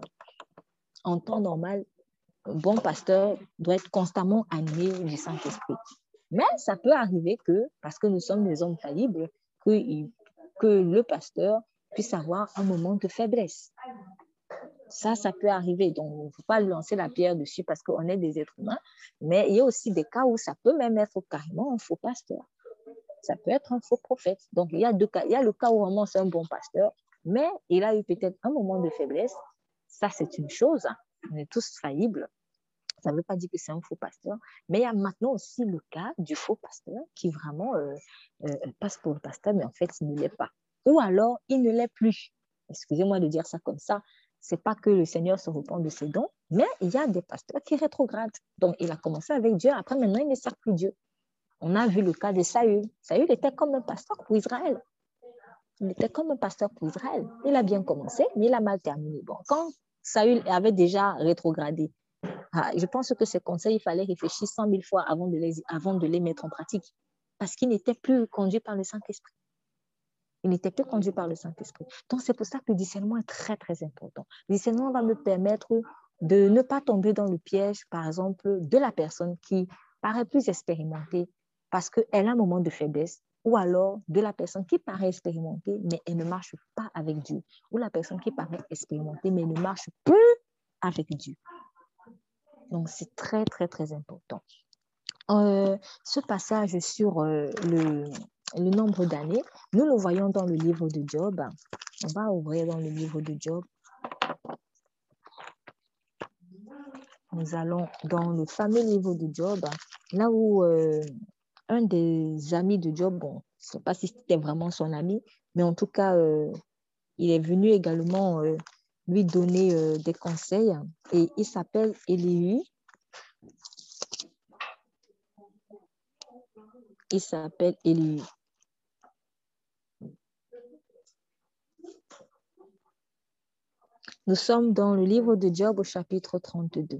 En temps normal, un bon pasteur doit être constamment animé du Saint-Esprit. Mais ça peut arriver que, parce que nous sommes des hommes faillibles, que, que le pasteur puisse avoir un moment de faiblesse. Ça, ça peut arriver. Donc, il ne faut pas lancer la pierre dessus parce qu'on est des êtres humains. Mais il y a aussi des cas où ça peut même être carrément un faux pasteur. Ça peut être un faux prophète. Donc, il y a deux cas. Il y a le cas où vraiment c'est un bon pasteur, mais il a eu peut-être un moment de faiblesse. Ça, c'est une chose. On est tous faillibles. Ça ne veut pas dire que c'est un faux pasteur. Mais il y a maintenant aussi le cas du faux pasteur qui vraiment euh, euh, passe pour le pasteur, mais en fait, il ne l'est pas. Ou alors, il ne l'est plus. Excusez-moi de dire ça comme ça. C'est pas que le Seigneur se repent de ses dons, mais il y a des pasteurs qui rétrogradent. Donc, il a commencé avec Dieu. Après, maintenant, il ne sert plus Dieu. On a vu le cas de Saül. Saül était comme un pasteur pour Israël. Il était comme un pasteur pour Israël. Il a bien commencé, mais il a mal terminé. Bon, quand Saül avait déjà rétrogradé, ah, je pense que ces conseils, il fallait réfléchir cent mille fois avant de les, avant de les mettre en pratique. Parce qu'il n'était plus conduit par le Saint-Esprit. Il n'était plus conduit par le Saint-Esprit. Donc, c'est pour ça que le discernement est très, très important. Le discernement va me permettre de ne pas tomber dans le piège, par exemple, de la personne qui paraît plus expérimentée parce qu'elle a un moment de faiblesse, ou alors de la personne qui paraît expérimentée, mais elle ne marche pas avec Dieu, ou la personne qui paraît expérimentée, mais ne marche plus avec Dieu. Donc, c'est très, très, très important. Euh, ce passage sur euh, le, le nombre d'années, nous le voyons dans le livre de Job. On va ouvrir dans le livre de Job. Nous allons dans le fameux livre de Job, là où euh, un des amis de Job, bon, je ne sais pas si c'était vraiment son ami, mais en tout cas, euh, il est venu également euh, lui donner euh, des conseils, et il s'appelle Élihu. Il s'appelle Élihu. Nous sommes dans le livre de Job au chapitre trente-deux.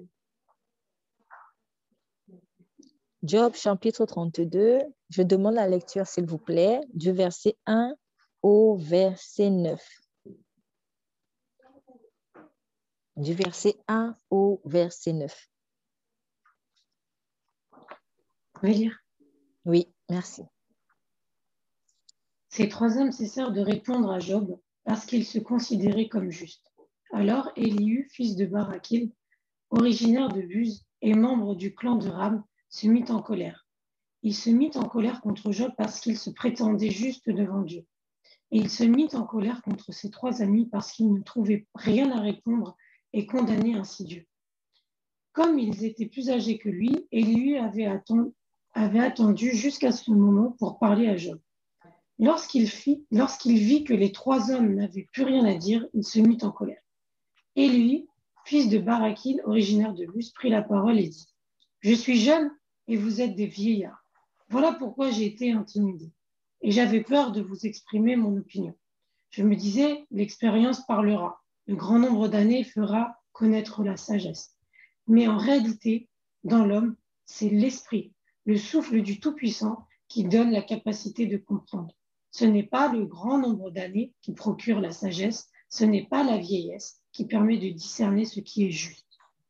Job chapitre trente-deux, je demande la lecture s'il vous plaît, du verset un au verset neuf. Du verset un au verset neuf. Vous pouvez lire? Oui, merci. Ces trois hommes cessèrent de répondre à Job parce qu'il se considérait comme juste. Alors Élihu, fils de Barakil, originaire de Buz et membre du clan de Ram, se mit en colère. Il se mit en colère contre Job parce qu'il se prétendait juste devant Dieu. Et il se mit en colère contre ses trois amis parce qu'ils ne trouvaient rien à répondre et condamner ainsi Dieu. Comme ils étaient plus âgés que lui, Élie avait, attendu, avait attendu jusqu'à ce moment pour parler à Job. Lorsqu'il fit, lorsqu'il vit que les trois hommes n'avaient plus rien à dire, il se mit en colère. Élie, fils de Barakil, originaire de Luz, prit la parole et dit « Je suis jeune et vous êtes des vieillards. Voilà pourquoi j'ai été intimidé. Et j'avais peur de vous exprimer mon opinion. Je me disais, l'expérience parlera. Le grand nombre d'années fera connaître la sagesse. Mais en réalité, dans l'homme, c'est l'esprit, le souffle du Tout-Puissant qui donne la capacité de comprendre. Ce n'est pas le grand nombre d'années qui procure la sagesse, ce n'est pas la vieillesse qui permet de discerner ce qui est juste. »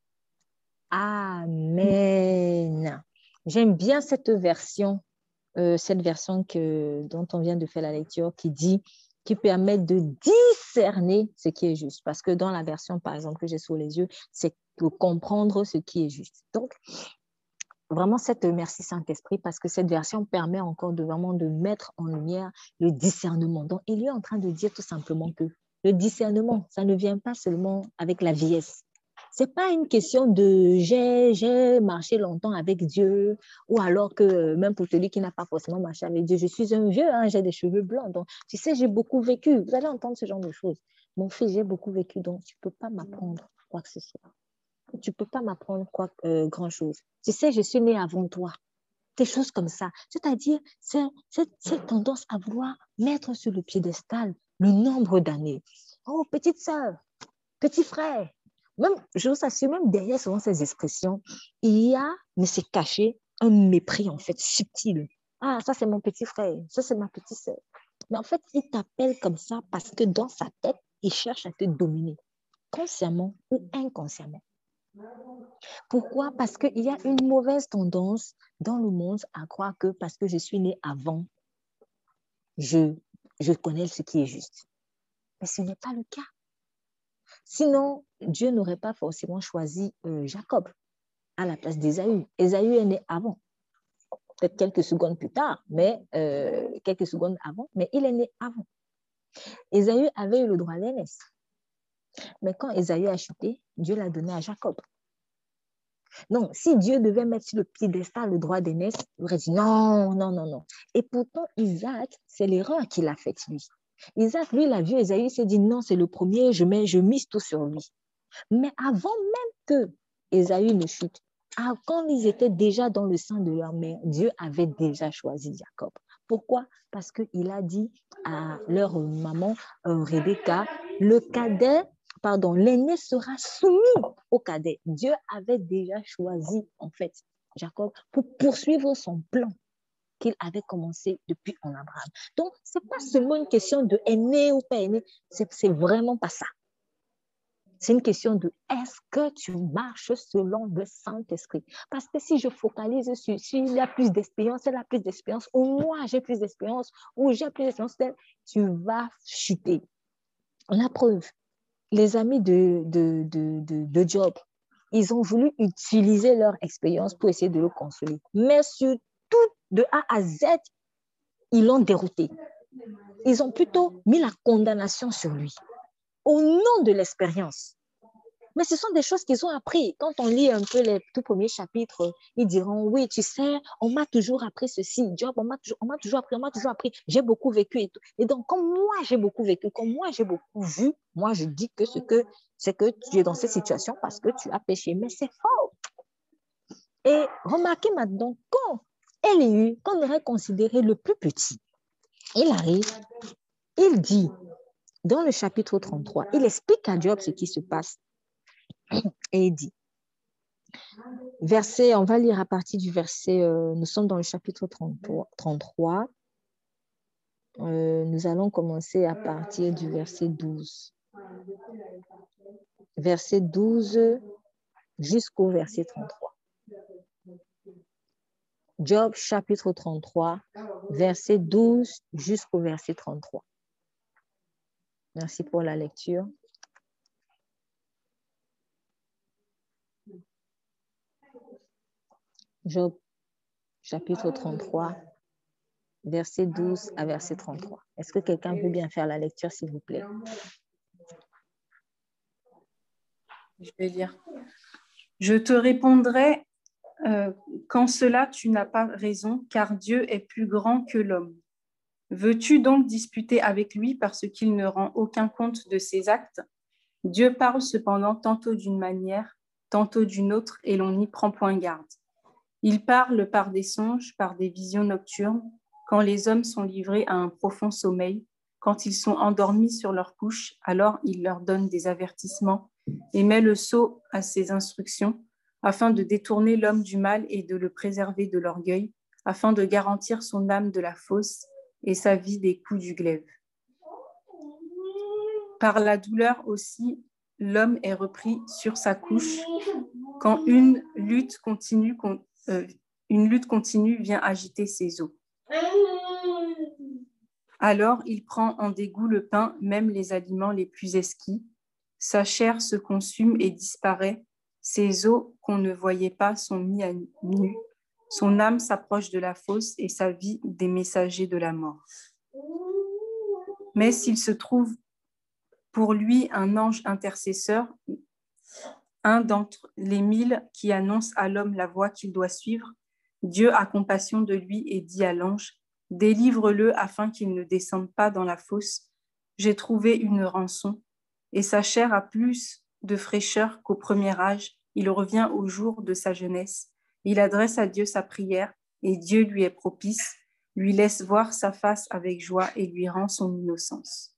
Amen. J'aime bien cette version, euh, cette version que, dont on vient de faire la lecture qui dit, qui permet de discerner ce qui est juste. Parce que dans la version, par exemple, que j'ai sous les yeux, c'est de comprendre ce qui est juste. Donc, vraiment, cette merci Saint-Esprit, parce que cette version permet encore de vraiment de mettre en lumière le discernement. Donc, il est en train de dire tout simplement que le discernement, ça ne vient pas seulement avec la vieillesse. Ce n'est pas une question de j'ai, j'ai marché longtemps avec Dieu, ou alors que même pour celui qui n'a pas forcément marché avec Dieu, je suis un vieux, hein, j'ai des cheveux blancs, donc tu sais, j'ai beaucoup vécu. Vous allez entendre ce genre de choses. Mon fils, j'ai beaucoup vécu, donc tu ne peux pas m'apprendre quoi que ce soit. Tu ne peux pas m'apprendre quoi, euh, grand-chose. Tu sais, je suis née avant toi. Des choses comme ça. C'est-à-dire, c'est, c'est, cette tendance à vouloir mettre sur le piédestal le nombre d'années. Oh, petite sœur, petit frère. Même, je vous assure, même derrière souvent ces expressions, il y a, mais c'est caché, un mépris en fait subtil. Ah, ça c'est mon petit frère, ça c'est ma petite sœur. Mais en fait, il t'appelle comme ça parce que dans sa tête, il cherche à te dominer, consciemment ou inconsciemment. Pourquoi? Parce qu'il y a une mauvaise tendance dans le monde à croire que parce que je suis née avant, je, je connais ce qui est juste. Mais ce n'est pas le cas. Sinon, Dieu n'aurait pas forcément choisi euh, Jacob à la place d'Ésaü. Ésaü est né avant, peut-être quelques secondes plus tard, mais euh, quelques secondes avant, mais il est né avant. Ésaü avait eu le droit d'aînesse. Mais quand Ésaü a chuté, Dieu l'a donné à Jacob. Non, si Dieu devait mettre sur le piédestal le droit d'aînesse, il aurait dit non, non, non, non. Et pourtant, Isaac, c'est l'erreur qu'il a faite, lui. Isaac, lui, il a vu Ésaü, il s'est dit non, c'est le premier, je, mets, je mise tout sur lui. Mais avant même que Ésaü ne chute, quand ils étaient déjà dans le sein de leur mère, Dieu avait déjà choisi Jacob. Pourquoi? Parce qu'il a dit à leur maman, euh, Rebecca, le cadet, pardon, l'aîné sera soumis au cadet. Dieu avait déjà choisi, en fait, Jacob pour poursuivre son plan qu'il avait commencé depuis en Abraham. Donc, ce n'est pas seulement une question de aîné ou pas aîné, c'est, c'est vraiment pas ça. C'est une question de est-ce que tu marches selon le Saint-Esprit? Parce que si je focalise sur s'il a plus d'expérience, elle a plus d'expérience, ou moi j'ai plus d'expérience, ou j'ai plus d'expérience, tu vas chuter. La preuve, les amis de, de, de, de, de Job, ils ont voulu utiliser leur expérience pour essayer de le consoler. Mais sur tout, de A à Z, ils l'ont dérouté. Ils ont plutôt mis la condamnation sur lui, au nom de l'expérience. Mais ce sont des choses qu'ils ont appris. Quand on lit un peu les tout premiers chapitres, ils diront, oui, tu sais, on m'a toujours appris ceci. Job, on m'a toujours, on m'a toujours appris, on m'a toujours appris. J'ai beaucoup vécu et tout. Et donc, comme moi, j'ai beaucoup vécu, comme moi, j'ai beaucoup vu, moi, je dis que ce que c'est que tu es dans cette situation parce que tu as péché. Mais c'est faux. Et remarquez maintenant, quand Élie, qu'on aurait considéré le plus petit, il arrive, il dit, dans le chapitre trente-trois, il explique à Job ce qui se passe. Et il dit, verset, on va lire à partir du verset, euh, nous sommes dans le chapitre trente-trois, trente-trois euh, nous allons commencer à partir du verset douze. Verset douze jusqu'au verset trente-trois. Job chapitre trente-trois, verset douze jusqu'au verset trente-trois. Merci pour la lecture. Job chapitre trente-trois, verset douze à verset trente-trois. Est-ce que quelqu'un veut bien faire la lecture, s'il vous plaît? Je vais lire. Je te répondrai euh, qu'en cela tu n'as pas raison, car Dieu est plus grand que l'homme. Veux-tu donc disputer avec lui parce qu'il ne rend aucun compte de ses actes? Dieu parle cependant tantôt d'une manière, tantôt d'une autre, et l'on n'y prend point garde. Il parle par des songes, par des visions nocturnes, quand les hommes sont livrés à un profond sommeil, quand ils sont endormis sur leur couche, alors il leur donne des avertissements et met le sceau à ses instructions, afin de détourner l'homme du mal et de le préserver de l'orgueil, afin de garantir son âme de la fosse et sa vie des coups du glaive. Par la douleur aussi, l'homme est repris sur sa couche quand une lutte continue, euh, une lutte continue vient agiter ses os. Alors il prend en dégoût le pain, même les aliments les plus exquis. Sa chair se consume et disparaît. Ses os qu'on ne voyait pas sont mis à nu. Son âme s'approche de la fosse et sa vie des messagers de la mort. Mais s'il se trouve pour lui un ange intercesseur, un d'entre les mille qui annonce à l'homme la voie qu'il doit suivre, Dieu a compassion de lui et dit à l'ange, « Délivre-le afin qu'il ne descende pas dans la fosse. J'ai trouvé une rançon. » Et sa chair a plus de fraîcheur qu'au premier âge. Il revient au jour de sa jeunesse. Il adresse à Dieu sa prière et Dieu lui est propice, lui laisse voir sa face avec joie et lui rend son innocence.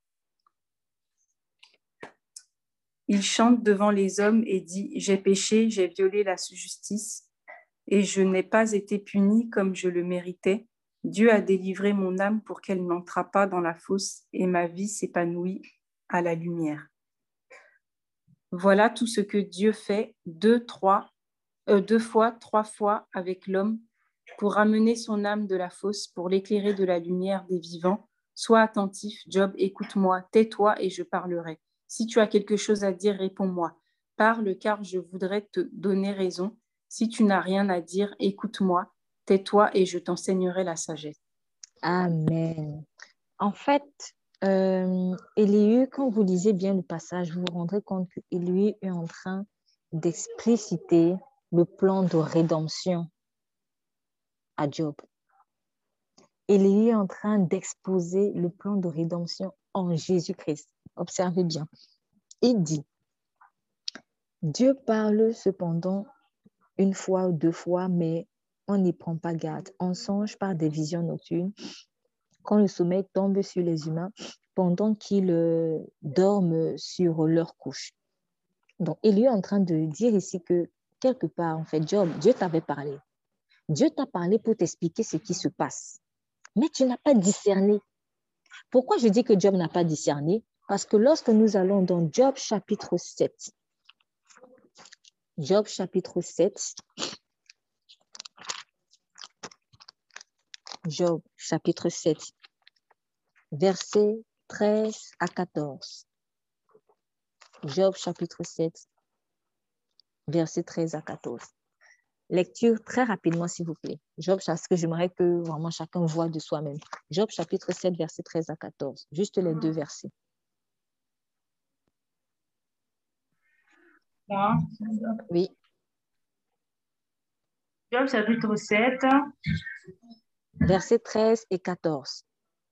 Il chante devant les hommes et dit « J'ai péché, j'ai violé la justice et je n'ai pas été puni comme je le méritais. Dieu a délivré mon âme pour qu'elle n'entrât pas dans la fosse et ma vie s'épanouit à la lumière. » Voilà tout ce que Dieu fait deux, trois, euh, deux fois, trois fois avec l'homme pour ramener son âme de la fosse, pour l'éclairer de la lumière des vivants. Sois attentif, Job, écoute-moi, tais-toi et je parlerai. Si tu as quelque chose à dire, réponds-moi. Parle, car je voudrais te donner raison. Si tu n'as rien à dire, écoute-moi, tais-toi et je t'enseignerai la sagesse. Amen. En fait, euh, Élihu, quand vous lisez bien le passage, vous vous rendrez compte qu'Élihu est en train d'expliciter le plan de rédemption à Job. Élihu est en train d'exposer le plan de rédemption en Jésus-Christ. Observez bien. Il dit, Dieu parle cependant une fois ou deux fois, mais on n'y prend pas garde. On songe par des visions nocturnes quand le sommeil tombe sur les humains pendant qu'ils euh, dorment sur leur couche. Donc, il est en train de dire ici que quelque part, en fait, Job, Dieu t'avait parlé. Dieu t'a parlé pour t'expliquer ce qui se passe. Mais tu n'as pas discerné. Pourquoi je dis que Job n'a pas discerné? Parce que lorsque nous allons dans Job chapitre sept, Job chapitre sept, Job chapitre sept, versets treize à quatorze. Job chapitre sept, versets treize à quatorze. Lecture très rapidement, s'il vous plaît. Job, parce que j'aimerais que vraiment chacun voit de soi-même. Job chapitre sept, versets treize à quatorze. Juste les deux versets. Moi. Oui. Job chapitre sept. Versets treize et quatorze.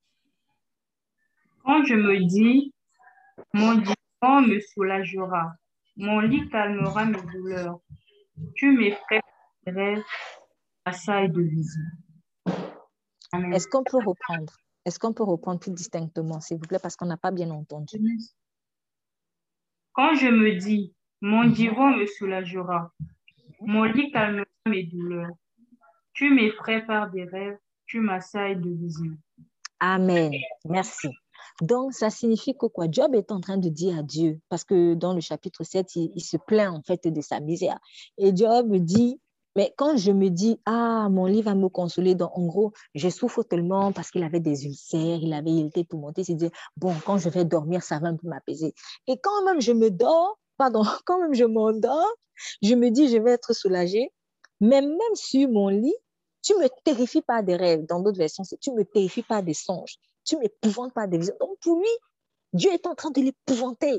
Quand je me dis, mon divan me soulagera, mon lit calmera mes douleurs. Tu m'effraies de rêves, passailles de vision. Est-ce qu'on peut reprendre? Est-ce qu'on peut reprendre plus distinctement, s'il vous plaît, parce qu'on n'a pas bien entendu. Quand je me dis, mon divan me soulagera, mon lit calmera mes douleurs. Tu m'effraies par des rêves, tu m'assailles de visions. Amen. Merci. Donc, ça signifie que quoi? Job est en train de dire à Dieu, parce que dans le chapitre sept, il, il se plaint en fait de sa misère. Et Job dit, mais quand je me dis, ah, mon lit va me consoler, donc en gros, je souffre tellement parce qu'il avait des ulcères, il avait, il était tout monté, il s'est dit, bon, quand je vais dormir, ça va un peu m'apaiser. Et quand même je me dors, pardon, quand même je m'endors, je me dis, je vais être soulagée, mais même sur mon lit, tu ne me terrifies pas des rêves. Dans d'autres versions, c'est tu ne me terrifies pas des songes. Tu ne m'épouvantes pas des visions. Donc pour lui, Dieu est en train de l'épouvanter.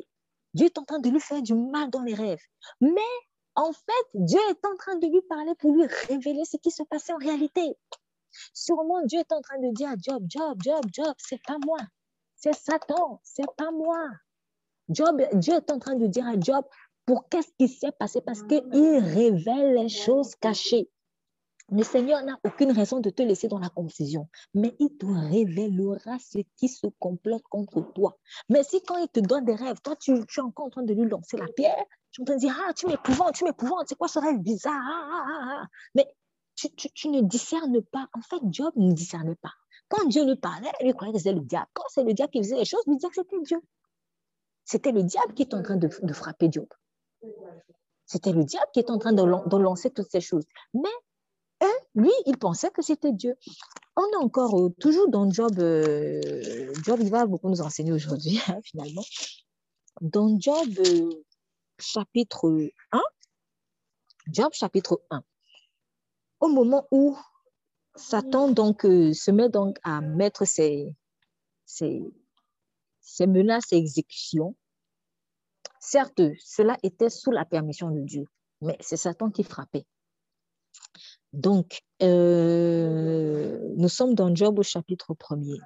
Dieu est en train de lui faire du mal dans les rêves. Mais en fait, Dieu est en train de lui parler pour lui révéler ce qui se passait en réalité. Sûrement, Dieu est en train de dire à Job, Job, Job, Job, c'est pas moi. C'est Satan, c'est pas moi. Job, Dieu est en train de dire à Job, pour qu'est-ce qui s'est passé? Parce qu'il révèle les choses cachées. Le Seigneur n'a aucune raison de te laisser dans la confusion, mais il te révélera ce qui se complote contre toi. Mais si quand il te donne des rêves, toi, tu, tu es encore en train de lui lancer la pierre, tu es en train de dire, ah, tu m'épouvantes, tu m'épouvantes, c'est quoi ce rêve bizarre? Ah, ah, ah, ah. Mais tu, tu, tu ne discernes pas. En fait, Job ne discernait pas. Quand Dieu lui parlait, il croyait que c'était le diable. Quand c'est le diable qui faisait les choses, il disait que c'était Dieu. C'était le diable qui était en train de, de frapper Job. C'était le diable qui était en train de, de lancer toutes ces choses. Mais Et lui, il pensait que c'était Dieu. On est encore euh, toujours dans Job. Euh, Job, il va beaucoup nous enseigner aujourd'hui, hein, finalement. Dans Job, euh, chapitre un, Job, chapitre un, au moment où Satan donc, euh, se met donc à mettre ses, ses, ses menaces et exécutions, certes, cela était sous la permission de Dieu, mais c'est Satan qui frappait. Donc, euh, nous sommes dans Job au chapitre premier.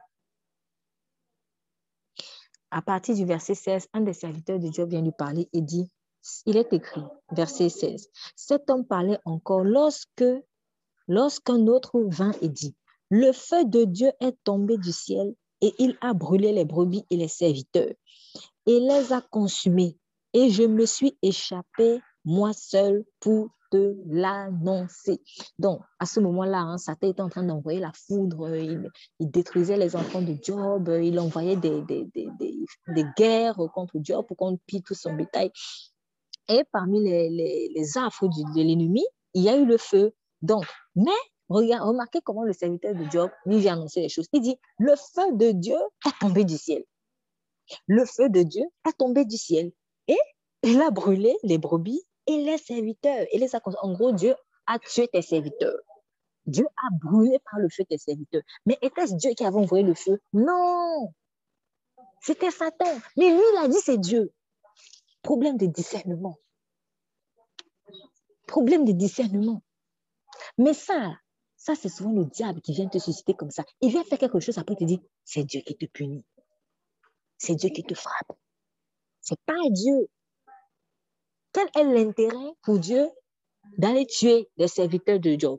À partir du verset seize, un des serviteurs de Job vient lui parler et dit, il est écrit, verset seize, cet homme parlait encore lorsque, lorsqu'un autre vint et dit, le feu de Dieu est tombé du ciel et il a brûlé les brebis et les serviteurs et les a consumés et je me suis échappé moi seul pour te l'annoncer. Donc, à ce moment-là, hein, Satan était en train d'envoyer la foudre, il, il détruisait les enfants de Job, il envoyait des, des, des, des, des guerres contre Job pour qu'on pille tout son bétail. Et parmi les, les, les affres du, de l'ennemi, il y a eu le feu. Donc, mais regarde, remarquez comment le serviteur de Job lui vient annoncer les choses. Il dit, le feu de Dieu est tombé du ciel. Le feu de Dieu est tombé du ciel. Et il a brûlé les brebis et les serviteurs. Et les, en gros, Dieu a tué tes serviteurs. Dieu a brûlé par le feu tes serviteurs. Mais était-ce Dieu qui avait envoyé le feu? Non! C'était Satan. Mais lui, il a dit c'est Dieu. Problème de discernement. Problème de discernement. Mais ça, ça c'est souvent le diable qui vient te susciter comme ça. Il vient faire quelque chose, après il te dit, c'est Dieu qui te punit. C'est Dieu qui te frappe. C'est pas Dieu. Quel est l'intérêt pour Dieu d'aller tuer les serviteurs de Job?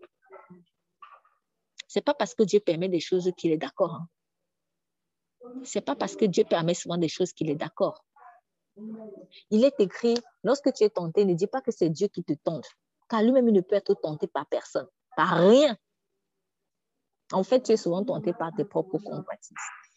C'est pas parce que Dieu permet des choses qu'il est d'accord. Hein. C'est pas parce que Dieu permet souvent des choses qu'il est d'accord. Il est écrit, lorsque tu es tenté, ne dis pas que c'est Dieu qui te tente, car lui-même il ne peut être tenté par personne, par rien. En fait, tu es souvent tenté par tes propres convoitises.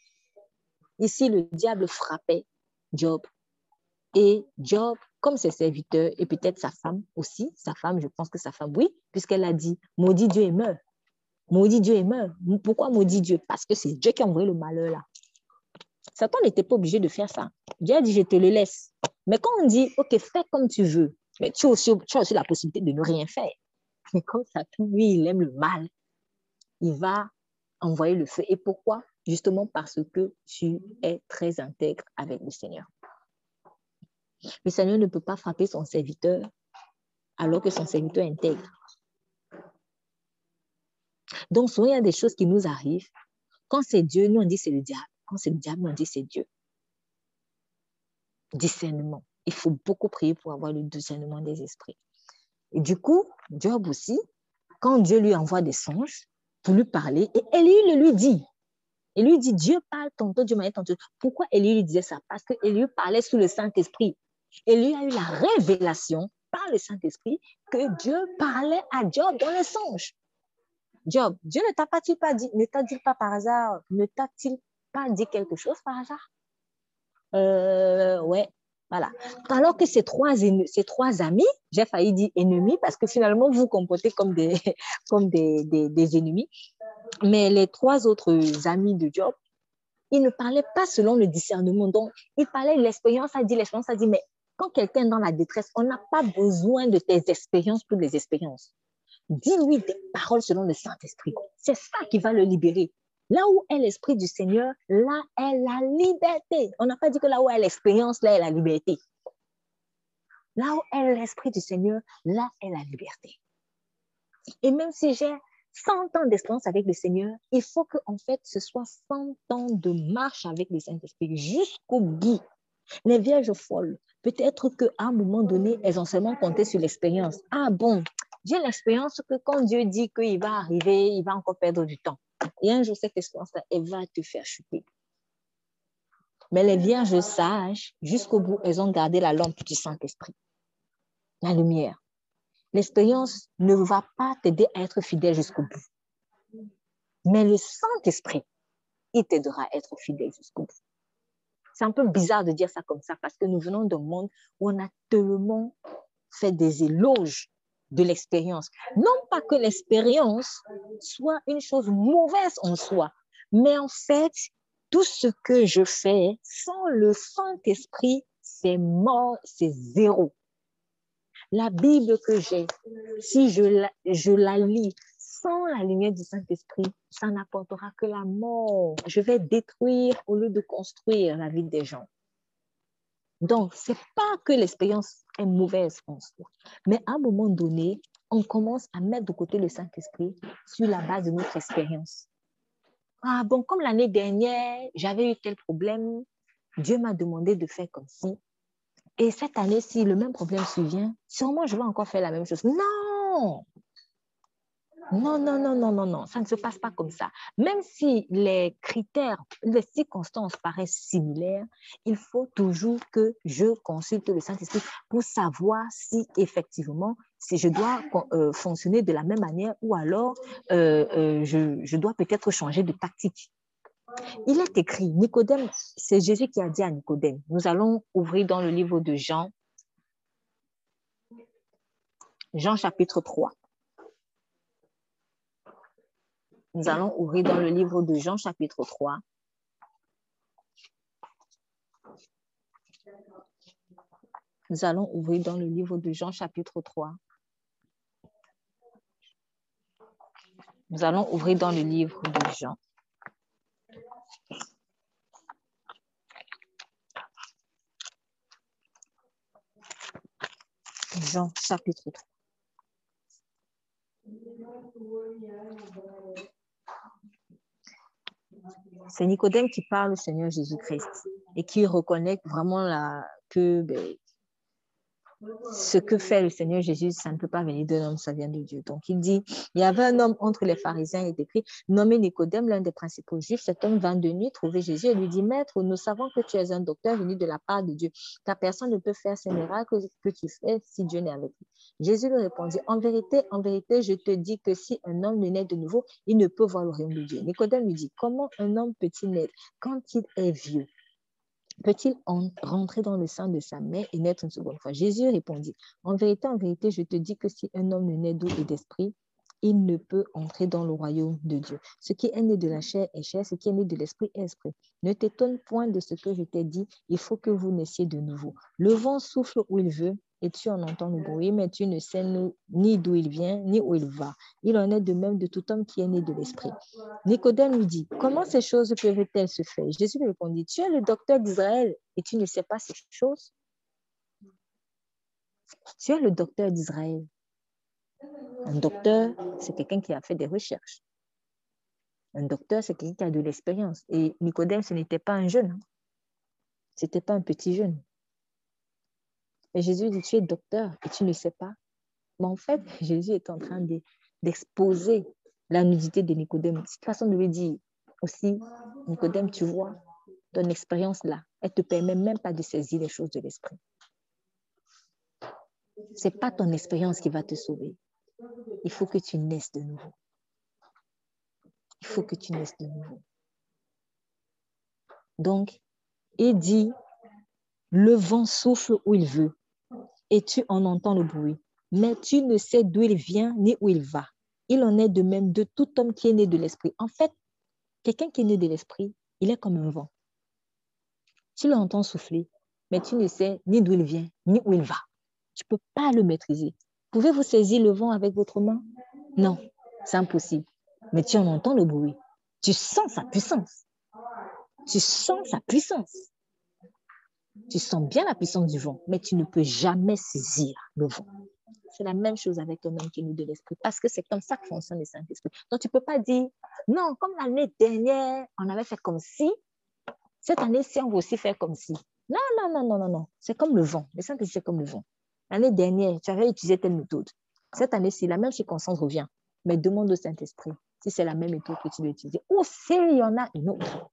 Ici, le diable frappait Job. Et Job, comme ses serviteurs, et peut-être sa femme aussi, sa femme, je pense que sa femme, oui, puisqu'elle a dit, maudit Dieu et meurt. Maudit Dieu et meurt. Pourquoi maudit Dieu? Parce que c'est Dieu qui a envoyé le malheur là. Satan n'était pas obligé de faire ça. Dieu a dit, je te le laisse. Mais quand on dit, ok, fais comme tu veux, mais tu as aussi, tu as aussi la possibilité de ne rien faire. Mais comme Satan, lui, il aime le mal, il va envoyer le feu. Et pourquoi? Justement parce que tu es très intègre avec le Seigneur. Le Seigneur ne peut pas frapper son serviteur alors que son serviteur est intègre. Donc, souvent, il y a des choses qui nous arrivent. Quand c'est Dieu, nous, on dit c'est le diable. Quand c'est le diable, nous, on dit c'est Dieu. Discernement. Il faut beaucoup prier pour avoir le discernement des esprits. Et du coup, Job aussi, quand Dieu lui envoie des songes pour lui parler, et Élie le lui dit. Il lui dit, Dieu parle tantôt, Dieu m'a dit tantôt. Pourquoi Élie lui disait ça? Parce qu'Élie parlait sous le Saint-Esprit. Élie a eu la révélation par le Saint-Esprit que Dieu parlait à Job dans les songes. Job, Dieu ne t'a-t-il pas dit, ne t'a-t-il pas par hasard, ne t'a-t-il pas dit quelque chose par hasard? Euh, ouais, voilà. Alors que ces trois, ces trois amis, j'ai failli dire ennemis parce que finalement vous vous comportez comme des, comme des, des, des ennemis, mais les trois autres amis de Job, ils ne parlaient pas selon le discernement. Donc, ils parlaient, l'expérience a dit, l'expérience a dit, mais quand quelqu'un est dans la détresse, on n'a pas besoin de tes expériences pour des expériences. Dis-lui des paroles selon le Saint-Esprit. C'est ça qui va le libérer. Là où est l'Esprit du Seigneur, là est la liberté. On n'a pas dit que là où est l'expérience, là est la liberté. Là où est l'Esprit du Seigneur, là est la liberté. Et même si j'ai cent ans d'expérience avec le Seigneur, il faut que en fait, ce soit cent ans de marche avec le Saint-Esprit jusqu'au bout. Les vierges folles, peut-être qu'à un moment donné, elles ont seulement compté sur l'expérience. Ah bon, j'ai l'expérience que quand Dieu dit qu'il va arriver, il va encore perdre du temps. Et un jour, cette expérience-là, elle va te faire chuter. Mais les vierges sages, jusqu'au bout, elles ont gardé la lampe du Saint-Esprit, la lumière. L'expérience ne va pas t'aider à être fidèle jusqu'au bout. Mais le Saint-Esprit, il t'aidera à être fidèle jusqu'au bout. C'est un peu bizarre de dire ça comme ça parce que nous venons d'un monde où on a tellement fait des éloges de l'expérience. Non pas que l'expérience soit une chose mauvaise en soi, mais en fait, tout ce que je fais sans le Saint-Esprit, c'est mort, c'est zéro. La Bible que j'ai, si je la, je la lis sans la lumière du Saint-Esprit, ça n'apportera que la mort. Je vais détruire au lieu de construire la vie des gens. Donc, ce n'est pas que l'expérience est mauvaise en soi, mais à un moment donné, on commence à mettre de côté le Saint-Esprit sur la base de notre expérience. Ah bon, comme l'année dernière, j'avais eu tel problème, Dieu m'a demandé de faire comme ci. Et cette année, si le même problème survient, sûrement je vais encore faire la même chose. Non! Non, non, non, non, non, non, ça ne se passe pas comme ça. Même si les critères, les circonstances paraissent similaires, il faut toujours que je consulte le Saint-Esprit pour savoir si effectivement, si je dois euh, fonctionner de la même manière ou alors euh, euh, je, je dois peut-être changer de tactique. Il est écrit, Nicodème, c'est Jésus qui a dit à Nicodème, nous allons ouvrir dans le livre de Jean, Jean chapitre trois. Nous allons ouvrir dans le livre de Jean chapitre trois. Nous allons ouvrir dans le livre de Jean chapitre trois. Nous allons ouvrir dans le livre de Jean. Jean chapitre trois. C'est Nicodème qui parle au Seigneur Jésus-Christ et qui reconnaît vraiment la, que ben, ce que fait le Seigneur Jésus, ça ne peut pas venir d'un homme, ça vient de Dieu. Donc il dit, il y avait un homme entre les pharisiens, il est écrit, nommé Nicodème, l'un des principaux juifs. Cet homme vint de nuit trouver Jésus et lui dit, Maître, nous savons que tu es un docteur venu de la part de Dieu, car personne ne peut faire ces miracles que tu fais si Dieu n'est avec lui. Jésus lui répondit, en vérité, en vérité, je te dis que si un homme ne naît de nouveau, il ne peut voir le royaume de Dieu. Nicodème lui dit, comment un homme peut-il naître quand il est vieux? Peut-il rentrer dans le sein de sa mère et naître une seconde fois? Jésus répondit, en vérité, en vérité, je te dis que si un homme ne naît d'eau et d'esprit, il ne peut entrer dans le royaume de Dieu. Ce qui est né de la chair est chair, ce qui est né de l'esprit est esprit. Ne t'étonne point de ce que je t'ai dit, il faut que vous naissiez de nouveau. Le vent souffle où il veut, et tu en entends le bruit, mais tu ne sais ni d'où il vient, ni où il va. Il en est de même de tout homme qui est né de l'esprit. Nicodème lui dit, comment ces choses peuvent-elles se faire? Jésus lui répondit, tu es le docteur d'Israël et tu ne sais pas ces choses? Tu es le docteur d'Israël. Un docteur, c'est quelqu'un qui a fait des recherches. Un docteur, c'est quelqu'un qui a de l'expérience. Et Nicodème, ce n'était pas un jeune. Hein. Ce n'était pas un petit jeune. Et Jésus dit, tu es docteur et tu ne sais pas. Mais en fait, Jésus est en train de, d'exposer la nudité de Nicodème. C'est une façon de lui dire aussi, Nicodème, tu vois, ton expérience là, elle ne te permet même pas de saisir les choses de l'esprit. Ce n'est pas ton expérience qui va te sauver. Il faut que tu naisses de nouveau. Il faut que tu naisses de nouveau. Donc, il dit, le vent souffle où il veut et tu en entends le bruit, mais tu ne sais d'où il vient ni où il va. Il en est de même de tout homme qui est né de l'esprit. En fait, quelqu'un qui est né de l'esprit, il est comme un vent. Tu l'entends souffler, mais tu ne sais ni d'où il vient ni où il va. Tu ne peux pas le maîtriser. Pouvez-vous saisir le vent avec votre main? Non, c'est impossible. Mais tu en entends le bruit. Tu sens sa puissance. Tu sens sa puissance. Tu sens bien la puissance du vent, mais tu ne peux jamais saisir le vent. C'est la même chose avec le même qui nous de l'esprit, parce que c'est comme ça que fonctionne le Saint-Esprit. Donc, tu ne peux pas dire, non, comme l'année dernière, on avait fait comme si, cette année-ci, on va aussi faire comme si. Non, non, non, non, non, non. C'est comme le vent. Le Saint-Esprit, c'est comme le vent. L'année dernière, tu avais utilisé telle méthode. Cette année-ci, la même circonstance revient. Mais demande au Saint-Esprit si c'est la même méthode que tu dois utiliser ou s'il y en a une autre.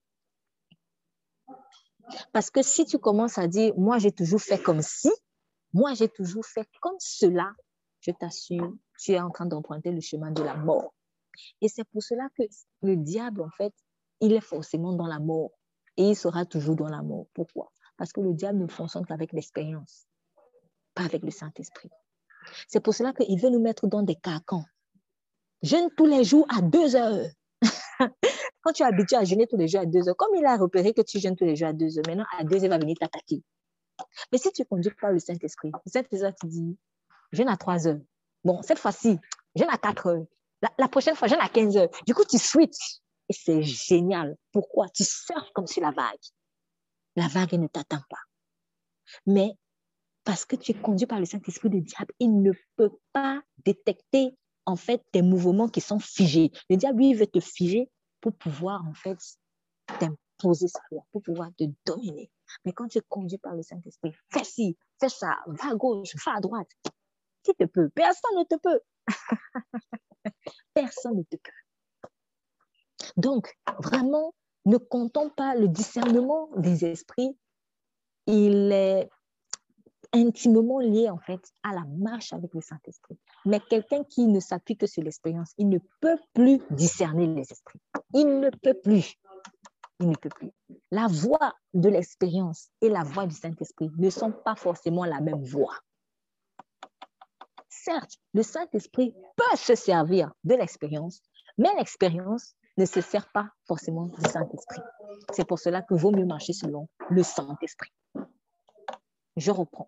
Parce que si tu commences à dire, moi, j'ai toujours fait comme si, moi, j'ai toujours fait comme cela, je t'assure, tu es en train d'emprunter le chemin de la mort. Et c'est pour cela que le diable, en fait, il est forcément dans la mort. Et il sera toujours dans la mort. Pourquoi? Parce que le diable ne fonctionne qu'avec l'expérience, pas avec le Saint-Esprit. C'est pour cela qu'il veut nous mettre dans des carcans. Jeûne tous les jours à deux heures. Quand tu es habitué à jeûner tous les jours à deux heures, comme il a repéré que tu jeûnes tous les jours à deux heures, maintenant à deux heures, il va venir t'attaquer. Mais si tu conduis par le Saint-Esprit, le Saint-Esprit te dit, jeûne à trois heures. Bon, cette fois-ci, jeûne à quatre heures. La, la prochaine fois, jeûne à quinze heures. Du coup, tu switches. Et c'est génial. Pourquoi? Tu surfes comme sur la vague. La vague ne t'atteint pas. Mais parce que tu es conduit par le Saint-Esprit, le diable, il ne peut pas détecter en fait tes mouvements qui sont figés. Le diable, lui, il veut te figer pour pouvoir en fait t'imposer sa loi, pour pouvoir te dominer. Mais quand tu es conduit par le Saint-Esprit, fais ci, fais ça, va à gauche, va à droite. Qui te peut? Personne ne te peut. Personne ne te peut. Donc, vraiment, ne comptons pas le discernement des esprits. Il est intimement lié en fait à la marche avec le Saint-Esprit. Mais quelqu'un qui ne s'appuie que sur l'expérience, il ne peut plus discerner les esprits. Il ne peut plus. Il ne peut plus. La voix de l'expérience et la voix du Saint-Esprit ne sont pas forcément la même voix. Certes, le Saint-Esprit peut se servir de l'expérience, mais l'expérience ne se sert pas forcément du Saint-Esprit. C'est pour cela qu'il vaut mieux marcher selon le Saint-Esprit. Je reprends.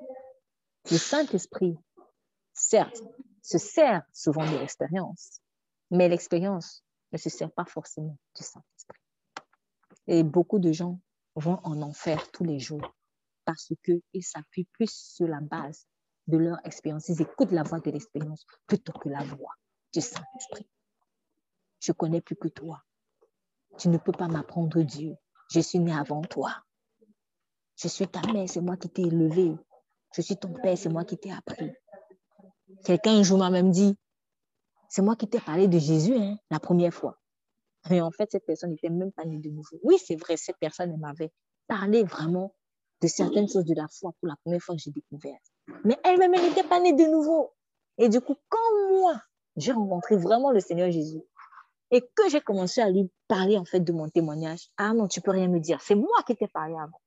Le Saint-Esprit, certes, se sert souvent de l'expérience, mais l'expérience ne se sert pas forcément du Saint-Esprit. Et beaucoup de gens vont en enfer tous les jours parce qu'ils s'appuient plus sur la base de leur expérience. Ils écoutent la voix de l'expérience plutôt que la voix du Saint-Esprit. Je connais plus que toi. Tu ne peux pas m'apprendre Dieu. Je suis né avant toi. Je suis ta mère, c'est moi qui t'ai élevé. Je suis ton père, c'est moi qui t'ai appris. Quelqu'un un jour m'a même dit, c'est moi qui t'ai parlé de Jésus hein, la première fois. Mais en fait, cette personne n'était même pas née de nouveau. Oui, c'est vrai, cette personne elle m'avait parlé vraiment de certaines choses de la foi pour la première fois que j'ai découvert. Mais elle-même, elle n'était pas née de nouveau. Et du coup, quand moi, j'ai rencontré vraiment le Seigneur Jésus et que j'ai commencé à lui parler en fait de mon témoignage, ah non, tu peux rien me dire, c'est moi qui t'ai parlé avant.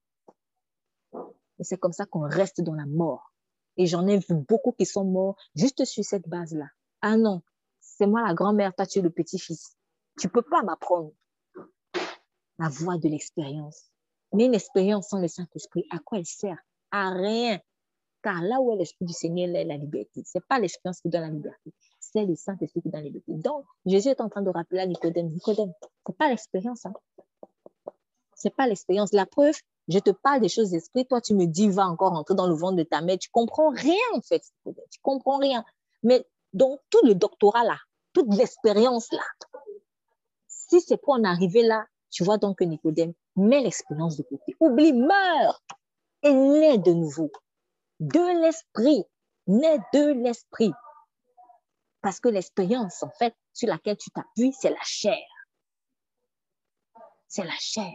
Et c'est comme ça qu'on reste dans la mort. Et j'en ai vu beaucoup qui sont morts juste sur cette base-là. Ah non, c'est moi la grand-mère, toi tu es le petit-fils. Tu ne peux pas m'apprendre la voie de l'expérience. Mais une expérience sans le Saint-Esprit, à quoi elle sert? À rien. Car là où est l'Esprit du Seigneur, là est la liberté. Ce n'est pas l'expérience qui donne la liberté, c'est le Saint-Esprit qui donne la liberté. Donc, Jésus est en train de rappeler à Nicodème, Nicodème, ce n'est pas l'expérience. Hein. Ce n'est pas l'expérience. La preuve, je te parle des choses d'esprit, toi tu me dis, va encore rentrer dans le ventre de ta mère. Tu ne comprends rien en fait. Tu ne comprends rien. Mais donc, tout le doctorat là, toute l'expérience là, si c'est pour en arriver là, tu vois donc que Nicodème met l'expérience de côté. Oublie, meurt et naît de nouveau. De l'esprit, naît de l'esprit. Parce que l'expérience, en fait, sur laquelle tu t'appuies, c'est la chair. C'est la chair.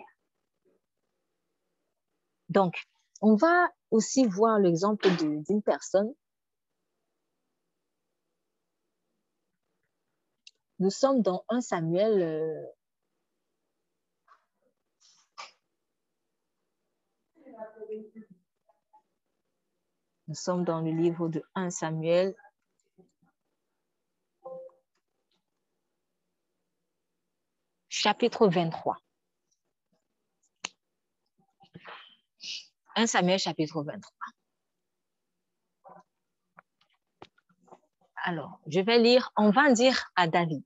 Donc, on va aussi voir l'exemple d'une personne. Nous sommes dans un Samuel. Euh, nous sommes dans le livre de un Samuel. Chapitre vingt-trois. un Samuel, chapitre vingt-trois. Alors, je vais lire. On va dire à David,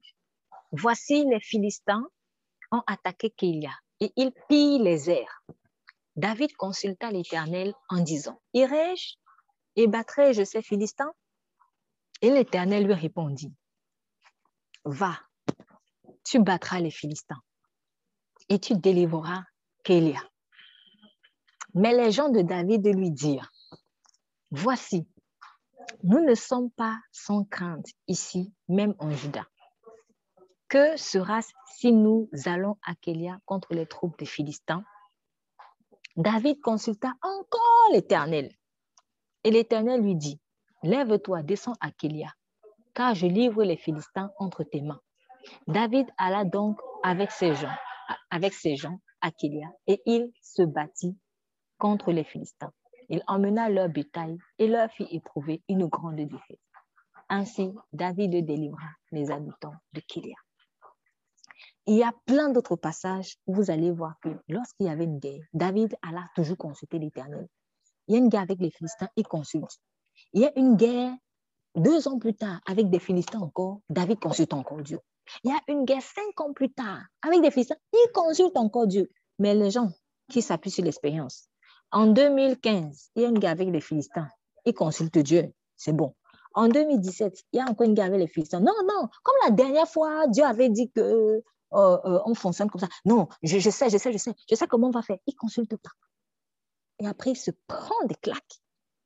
voici les Philistins ont attaqué Kélia et ils pillent les airs. David consulta l'Éternel en disant, « Irai-je et battrai-je ces Philistins ?» Et l'Éternel lui répondit, « Va, tu battras les Philistins et tu délivreras Kélia. » Mais les gens de David lui dirent, « Voici, nous ne sommes pas sans crainte ici, même en Juda. Que sera-ce si nous allons à Kélia contre les troupes des Philistins? » David consulta encore l'Éternel. Et l'Éternel lui dit, « Lève-toi, descends à Kélia, car je livre les Philistins entre tes mains. » David alla donc avec ses gens, avec ses gens à Kélia, et il se battit contre les Philistins. Il emmena leur bétail et leur fit éprouver une grande défaite. Ainsi, David délivra les habitants de Kélia. Il y a plein d'autres passages où vous allez voir que lorsqu'il y avait une guerre, David alla toujours consulter l'Éternel. Il y a une guerre avec les Philistins, il consulte. Il y a une guerre deux ans plus tard avec des Philistins encore, David consulte encore Dieu. Il y a une guerre cinq ans plus tard avec des Philistins, il consulte encore Dieu. Mais les gens qui s'appuient sur l'expérience, en deux mille quinze, il y a une guerre avec les Philistins, ils consultent Dieu, c'est bon. En deux mille dix-sept, il y a encore une guerre avec les Philistins. Non, non, comme la dernière fois, Dieu avait dit que euh, euh, on fonctionne comme ça. Non, je, je sais, je sais, je sais, je sais comment on va faire. Il ne consulte pas. Et après, il se prend des claques.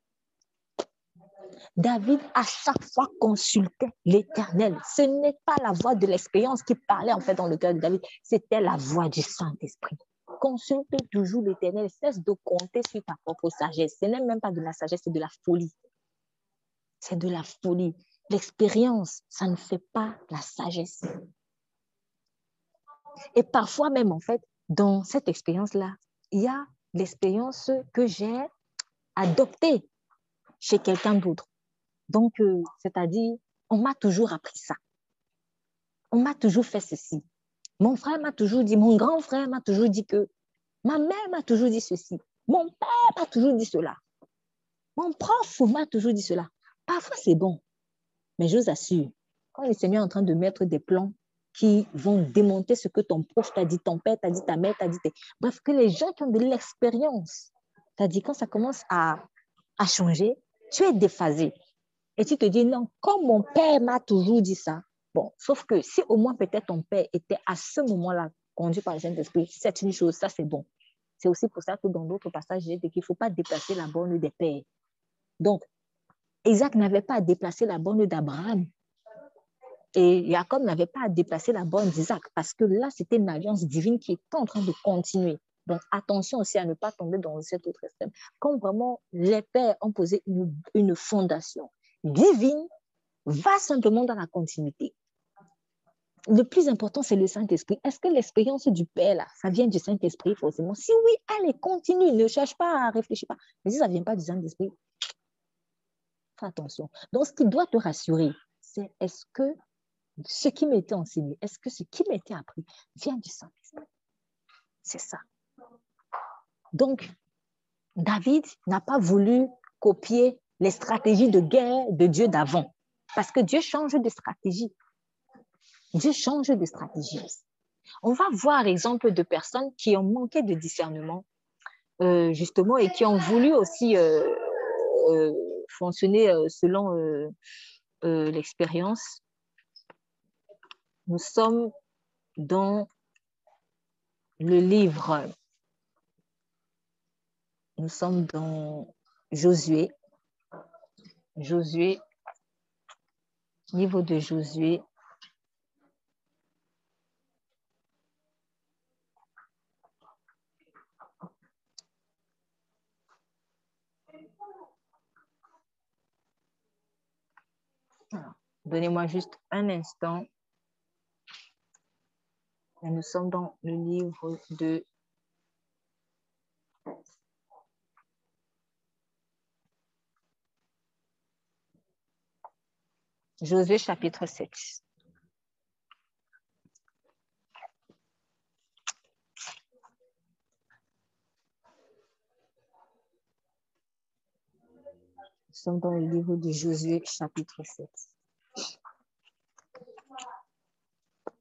David, à chaque fois, consultait l'Éternel. Ce n'est pas la voix de l'expérience qui parlait en fait dans le cœur de David, c'était la voix du Saint-Esprit. Consulte toujours l'Éternel, cesse de compter sur ta propre sagesse. Ce n'est même pas de la sagesse, c'est de la folie. C'est de la folie. L'expérience, ça ne fait pas la sagesse. Et parfois même, en fait, dans cette expérience-là, il y a l'expérience que j'ai adoptée chez quelqu'un d'autre. Donc, euh, c'est-à-dire, on m'a toujours appris ça. On m'a toujours fait ceci. Mon frère m'a toujours dit, mon grand frère m'a toujours dit que, ma mère m'a toujours dit ceci. Mon père m'a toujours dit cela. Mon prof m'a toujours dit cela. Parfois, c'est bon. Mais je vous assure, quand le Seigneur est en train de mettre des plans qui vont démonter ce que ton prof t'a dit, ton père t'a dit, ta mère t'a dit, bref, que les gens qui ont de l'expérience, c'est-à-dire quand ça commence à, à changer, tu es déphasé. Et tu te dis, non, comme mon père m'a toujours dit ça, bon, sauf que si au moins peut-être ton père était à ce moment-là conduit par le Saint-Esprit, c'est une chose, ça c'est bon. C'est aussi pour ça que dans d'autres passages, j'ai dit qu'il ne faut pas déplacer la borne des pères. Donc, Isaac n'avait pas à déplacer la borne d'Abraham. Et Jacob n'avait pas à déplacer la borne d'Isaac, parce que là, c'était une alliance divine qui était en train de continuer. Donc, attention aussi à ne pas tomber dans cet autre extrême. Quand vraiment les pères ont posé une, une fondation divine, va simplement dans la continuité. Le plus important, c'est le Saint-Esprit. Est-ce que l'expérience du Père, là, ça vient du Saint-Esprit forcément? Si oui, allez, continue, ne cherche pas à réfléchir pas. Mais si ça ne vient pas du Saint-Esprit, fais attention. Donc, ce qui doit te rassurer, c'est est-ce que ce qui m'était enseigné, est-ce que ce qui m'était appris vient du Saint-Esprit? C'est ça. Donc, David n'a pas voulu copier les stratégies de guerre de Dieu d'avant. Parce que Dieu change de stratégie. Dieu change de stratégie. On va voir l'exemple de personnes qui ont manqué de discernement, euh, justement, et qui ont voulu aussi euh, euh, fonctionner euh, selon euh, euh, l'expérience. Nous sommes dans le livre, nous sommes dans Josué, Josué, livre de Josué, donnez-moi juste un instant. Nous sommes dans le livre de Josué chapitre sept. Nous sommes dans le livre de Josué chapitre sept.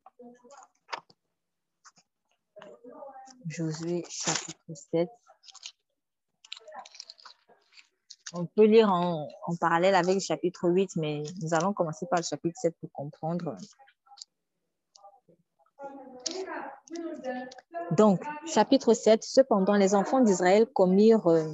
Josué chapitre sept. On peut lire en, en parallèle avec le chapitre huit, mais nous allons commencer par le chapitre sept pour comprendre. Donc, chapitre sept, cependant, les enfants d'Israël commirent euh,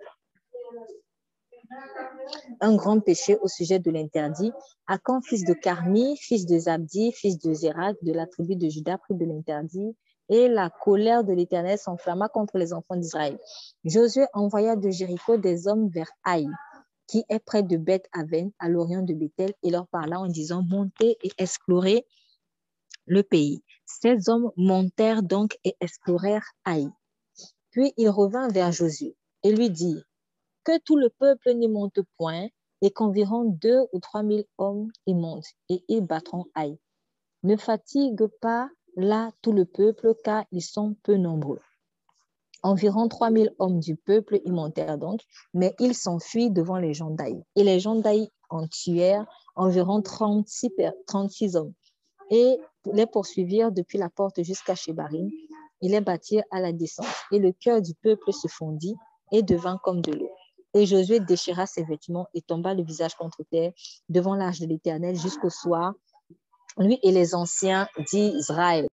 un grand péché au sujet de l'interdit. Akan, fils de Carmi, fils de Zabdi, fils de Zérak, de la tribu de Juda, prit de l'interdit, et la colère de l'Éternel s'enflamma contre les enfants d'Israël. Josué envoya de Jéricho des hommes vers Haï, qui est près de Beth-Aven, à l'orient de Bethel, et leur parla en disant, montez et explorez le pays. Ces hommes montèrent donc et explorèrent Haï. Puis il revint vers Josué et lui dit, que tout le peuple n'y monte point, et qu'environ deux ou trois mille hommes y montent, et ils battront Haï. Ne fatigue pas là tout le peuple, car ils sont peu nombreux. Environ trois mille hommes du peuple y montèrent donc, mais ils s'enfuient devant les gens d'Haï. Et les gens d'Haï en tuèrent environ trente-six, trente-six hommes, et les poursuivirent depuis la porte jusqu'à Shebarim. Ils les battirent à la descente, et le cœur du peuple se fondit et devint comme de l'eau. Et Josué déchira ses vêtements et tomba le visage contre terre devant l'arche de l'Éternel jusqu'au soir, lui et les anciens d'Israël.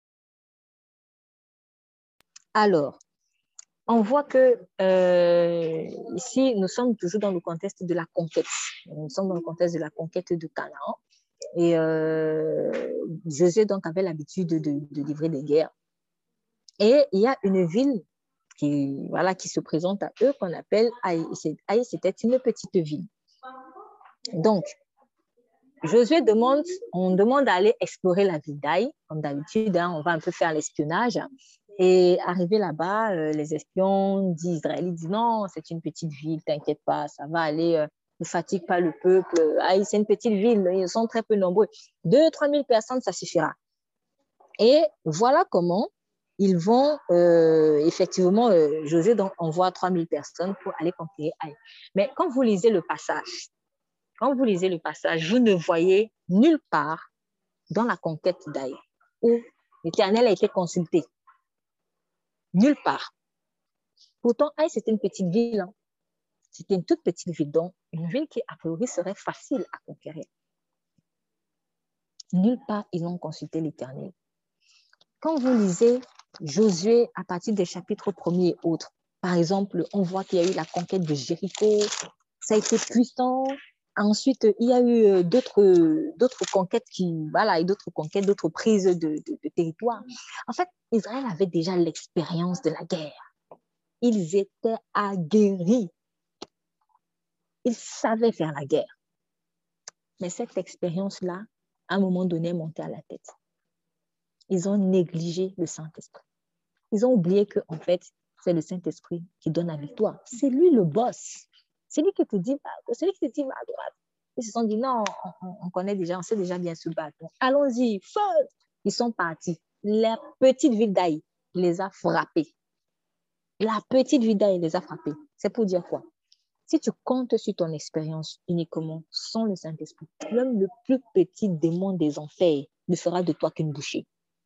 Alors, on voit que euh, ici, nous sommes toujours dans le contexte de la conquête. Nous sommes dans le contexte de la conquête de Canaan. Et euh, Josué donc avait l'habitude de, de livrer des guerres. Et il y a une ville qui, voilà, qui se présente à eux qu'on appelle Haï. Haï, c'était une petite ville. Donc, Josué demande, on demande d'aller explorer la ville d'Haï. Comme d'habitude, hein, on va un peu faire l'espionnage. Et arrivé là-bas, euh, les espions d'Israël disent non, c'est une petite ville, t'inquiète pas, ça va aller, euh, ne fatigue pas le peuple. Haï, c'est une petite ville, ils sont très peu nombreux. Deux, trois mille personnes, ça suffira. Et voilà comment ils vont, euh, effectivement, euh, Josué donc envoie trois mille personnes pour aller conquérir Haï. Mais quand vous lisez le passage, quand vous lisez le passage, vous ne voyez nulle part dans la conquête d'Haï où l'Éternel a été consulté. Nulle part. Pourtant, Haï, c'était une petite ville. Hein. C'était une toute petite ville, donc une ville qui, a priori, serait facile à conquérir. Nulle part, ils ont consulté l'Éternel. Quand vous lisez Josué à partir des chapitres premiers et autres, par exemple, on voit qu'il y a eu la conquête de Jéricho, ça a été puissant. Ensuite, il y a eu d'autres, d'autres conquêtes qui, voilà, et d'autres conquêtes, d'autres prises de, de, de territoire. En fait, Israël avait déjà l'expérience de la guerre. Ils étaient aguerris. Ils savaient faire la guerre. Mais cette expérience-là, à un moment donné, est montée à la tête. Ils ont négligé le Saint-Esprit. Ils ont oublié que, en fait, c'est le Saint-Esprit qui donne la victoire. C'est lui le boss. C'est lui qui te dit, c'est lui qui te dit à droite. Ils se sont dit, non, on, on connaît déjà, on sait déjà bien se battre. Allons-y, feu! Ils sont partis. La petite ville d'Haï les a frappés. La petite ville d'Haï les a frappés. C'est pour dire quoi? Si tu comptes sur ton expérience uniquement sans le Saint-Esprit, même le plus petit démon des enfers ne fera de toi qu'une bouchée.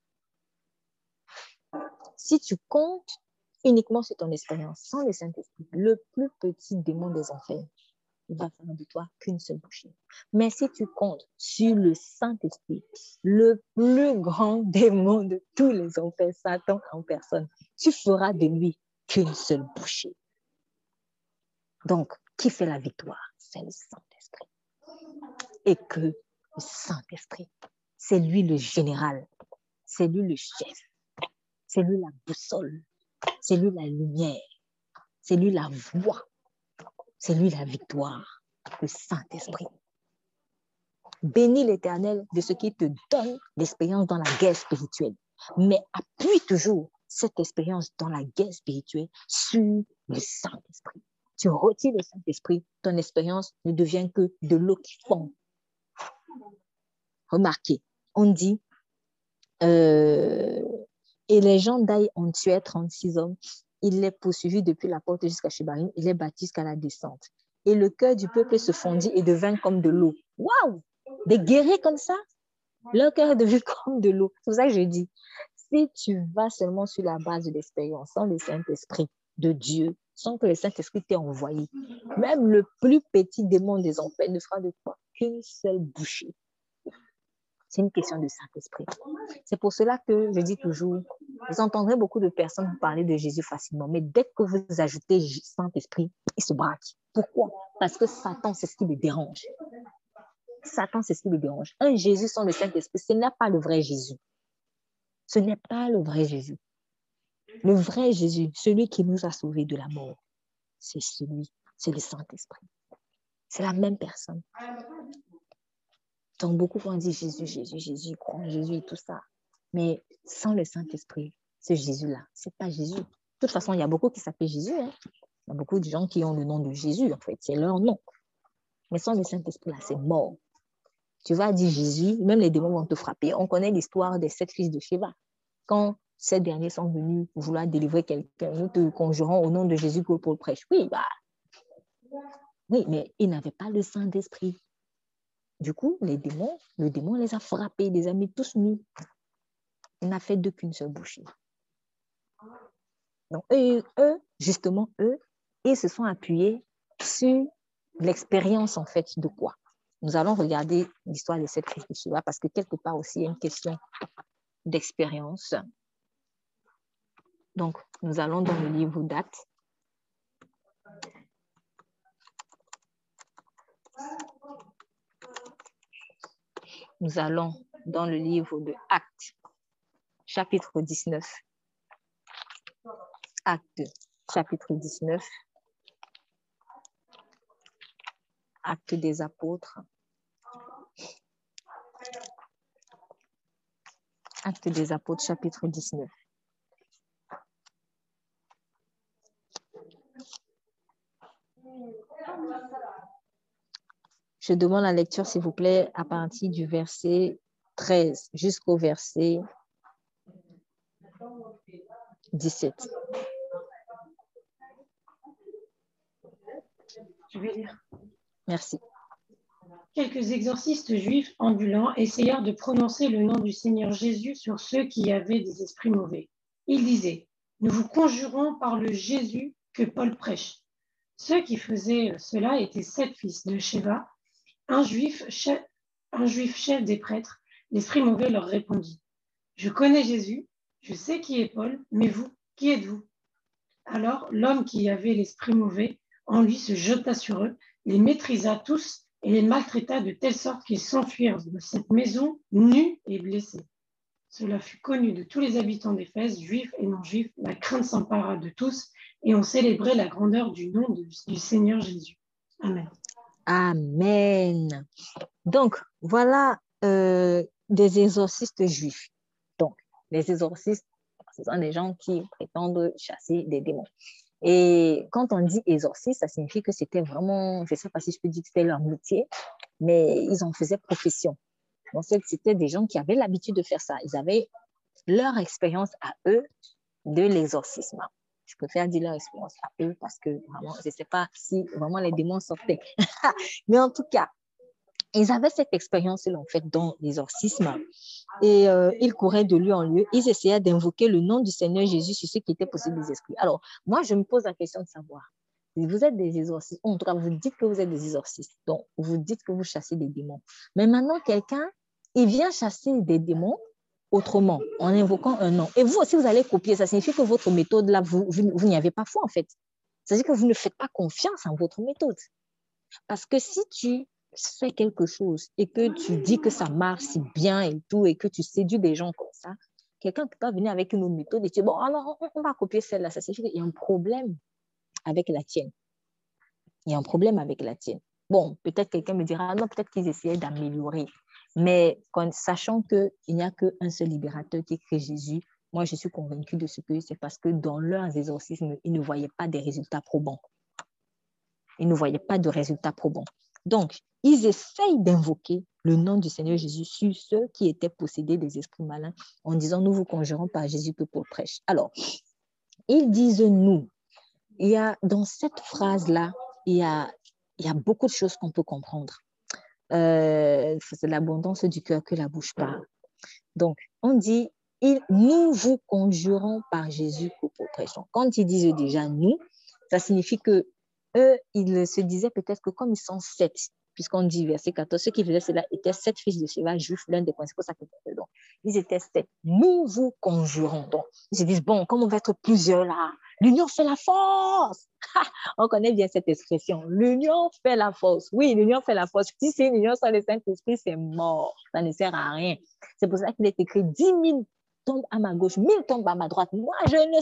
Si tu comptes uniquement sur ton expérience sans le Saint-Esprit, le plus petit démon des enfers ne va faire de toi qu'une seule bouchée. Mais si tu comptes sur le Saint-Esprit, le plus grand démon de tous les enfers, Satan en personne, tu feras de lui qu'une seule bouchée. Donc, qui fait la victoire? C'est le Saint-Esprit. Et que le Saint-Esprit, c'est lui le général, c'est lui le chef, c'est lui la boussole, c'est lui la lumière, c'est lui la voix, c'est lui la victoire, le Saint-Esprit. Bénis l'Éternel de ce qui te donne l'expérience dans la guerre spirituelle, mais appuie toujours cette expérience dans la guerre spirituelle sur le Saint-Esprit. Tu retires le Saint-Esprit, ton expérience ne devient que de l'eau qui fond. Remarquez, on dit, euh, et les gens d'Haï ont tué trente-six hommes, il les poursuivit depuis la porte jusqu'à Shebarim, il les battit jusqu'à la descente. Et le cœur du peuple se fondit et devint comme de l'eau. Waouh! Des guerriers comme ça, leur cœur est devenu comme de l'eau. C'est pour ça que je dis, si tu vas seulement sur la base de l'expérience, sans le Saint-Esprit de Dieu, sans que le Saint-Esprit t'ait envoyé, même le plus petit démon des enfers ne fera de toi qu'une seule bouchée. C'est une question de Saint-Esprit. C'est pour cela que je dis toujours, vous entendrez beaucoup de personnes vous parler de Jésus facilement, mais dès que vous ajoutez Saint-Esprit, il se braque. Pourquoi? Parce que Satan, c'est ce qui le dérange. Satan, c'est ce qui le dérange. Un Jésus sans le Saint-Esprit, ce n'est pas le vrai Jésus. Ce n'est pas le vrai Jésus. Le vrai Jésus, celui qui nous a sauvés de la mort, c'est celui, c'est le Saint-Esprit. C'est la même personne. Donc, beaucoup vont dire Jésus, Jésus, Jésus, crois en Jésus et tout ça. Mais sans le Saint-Esprit, ce Jésus-là, ce n'est pas Jésus. De toute façon, il y a beaucoup qui s'appellent Jésus. Hein. Il y a beaucoup de gens qui ont le nom de Jésus, en fait. C'est leur nom. Mais sans le Saint-Esprit, là, c'est mort. Tu vas dire Jésus, même les démons vont te frapper. On connaît l'histoire des sept fils de Sheva. Quand ces derniers sont venus pour vouloir délivrer quelqu'un, nous te conjurons au nom de Jésus que Paul prêche. Oui, bah, oui, mais ils n'avaient pas le Saint-Esprit. Du coup, les démons, le démon les a frappés, les a mis tous nus. Il n'a fait d'eux qu'une seule bouchée. Donc, eux, eux, justement, eux, ils se sont appuyés sur l'expérience, en fait, de quoi? Nous allons regarder l'histoire de cette fils de Sheva parce que quelque part aussi, il y a une question d'expérience. Donc, nous allons dans le livre d'Actes. Nous allons dans le livre de Actes, chapitre dix-neuf. Actes, chapitre dix-neuf. Actes des apôtres. Actes des apôtres, chapitre dix-neuf. Je demande la lecture, s'il vous plaît, à partir du verset treize jusqu'au verset dix-sept. Je vais lire. Merci. Quelques exorcistes juifs ambulants essayèrent de prononcer le nom du Seigneur Jésus sur ceux qui avaient des esprits mauvais. Ils disaient, « Nous vous conjurons par le Jésus que Paul prêche. » Ceux qui faisaient cela étaient sept fils de Sheva, un juif chef, un juif chef des prêtres. L'esprit mauvais leur répondit, « Je connais Jésus, je sais qui est Paul, mais vous, qui êtes-vous » Alors l'homme qui avait l'esprit mauvais en lui se jeta sur eux, les maîtrisa tous et les maltraita de telle sorte qu'ils s'enfuirent de cette maison nus et blessés. Cela fut connu de tous les habitants d'Éphèse, juifs et non-juifs, la crainte s'empara de tous et on célébrait la grandeur du nom de, du Seigneur Jésus. Amen. Amen. Donc, voilà euh, des exorcistes juifs. Donc, les exorcistes, ce sont des gens qui prétendent chasser des démons. Et quand on dit exorciste, ça signifie que c'était vraiment, je ne sais pas si je peux dire que c'était leur métier, mais ils en faisaient profession. Donc, c'était des gens qui avaient l'habitude de faire ça. Ils avaient leur expérience à eux de l'exorcisme. Je préfère dire leur expérience à eux parce que vraiment, je ne sais pas si vraiment les démons sortaient. Mais en tout cas, ils avaient cette expérience-là, en fait, dans l'exorcisme. Et euh, ils couraient de lieu en lieu. Ils essayaient d'invoquer le nom du Seigneur Jésus sur ceux qui étaient possédés des esprits. Alors, moi, je me pose la question de savoir, vous êtes des exorcistes, en tout cas, vous dites que vous êtes des exorcistes, donc vous dites que vous chassez des démons. Mais maintenant, quelqu'un, il vient chasser des démons autrement, en invoquant un nom. Et vous aussi, vous allez copier. Ça signifie que votre méthode, là, vous, vous, vous n'y avez pas foi, en fait. C'est-à-dire que vous ne faites pas confiance en votre méthode. Parce que si tu fais quelque chose et que tu dis que ça marche si bien et tout, et que tu séduis des gens comme ça, quelqu'un peut pas venir avec une autre méthode et dire, bon, alors on, on va copier celle-là. Ça signifie qu'il y a un problème avec la tienne. Il y a un problème avec la tienne. Bon, peut-être quelqu'un me dira, non, peut-être qu'ils essayaient d'améliorer. Mais quand, sachant qu'il n'y a qu'un seul libérateur qui est Christ Jésus, moi, je suis convaincue de ce que c'est parce que dans leurs exorcismes, ils ne voyaient pas des résultats probants. Ils ne voyaient pas de résultats probants. Donc, ils essayent d'invoquer le nom du Seigneur Jésus sur ceux qui étaient possédés des esprits malins en disant, nous vous conjurons par Jésus que Paul prêche. Alors, ils disent nous. Il y a, dans cette phrase-là, il y a, il y a beaucoup de choses qu'on peut comprendre. Euh, c'est l'abondance du cœur que la bouche parle. Donc, on dit, il, nous vous conjurons par Jésus que Paul prêche. Quand ils disent déjà nous, Ça signifie que eux, ils se disaient peut-être que comme ils sont sept, puisqu'on dit verset quatorze, ceux qui faisaient cela étaient sept fils de Séva, juifs, l'un des principaux sacrificateurs. Donc, ils étaient sept. Nous vous conjurons. Donc, ils se disent, bon, comme on va être plusieurs là, l'union fait la force. Ha, on connaît bien cette expression. L'union fait la force. Oui, l'union fait la force. Si c'est une union sans le Saint-Esprit, c'est mort. Ça ne sert à rien. C'est pour ça qu'il est écrit dix mille tombent à ma gauche, mille tombent à ma droite. Moi, je ne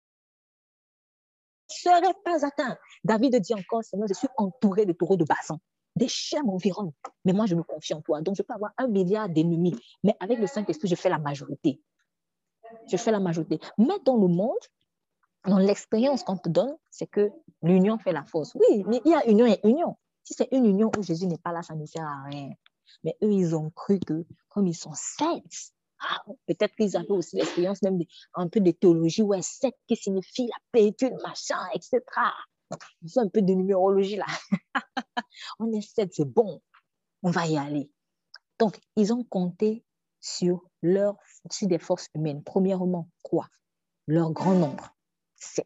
serai pas atteint. David dit encore, Seigneur, je suis entouré de taureaux de Basan. Des chiens m'environnent. Mais moi, je me confie en toi. Donc, je peux avoir un milliard d'ennemis. Mais avec le Saint-Esprit, je fais la majorité. Je fais la majorité. Mais dans le monde, dans l'expérience qu'on te donne, c'est que l'union fait la force. Oui, mais il y a union et union. Si c'est une union où Jésus n'est pas là, ça ne sert à rien. Mais eux, ils ont cru que, comme ils sont sept, ah, peut-être qu'ils avaient aussi l'expérience même de, un peu de théologie, ouais, sept qui signifie la plénitude, machin, et cetera. Il faut un peu de numérologie là. On est sept, c'est bon. On va y aller. Donc, ils ont compté sur, leur, sur des forces humaines. Premièrement, quoi? Leur grand nombre. Sept.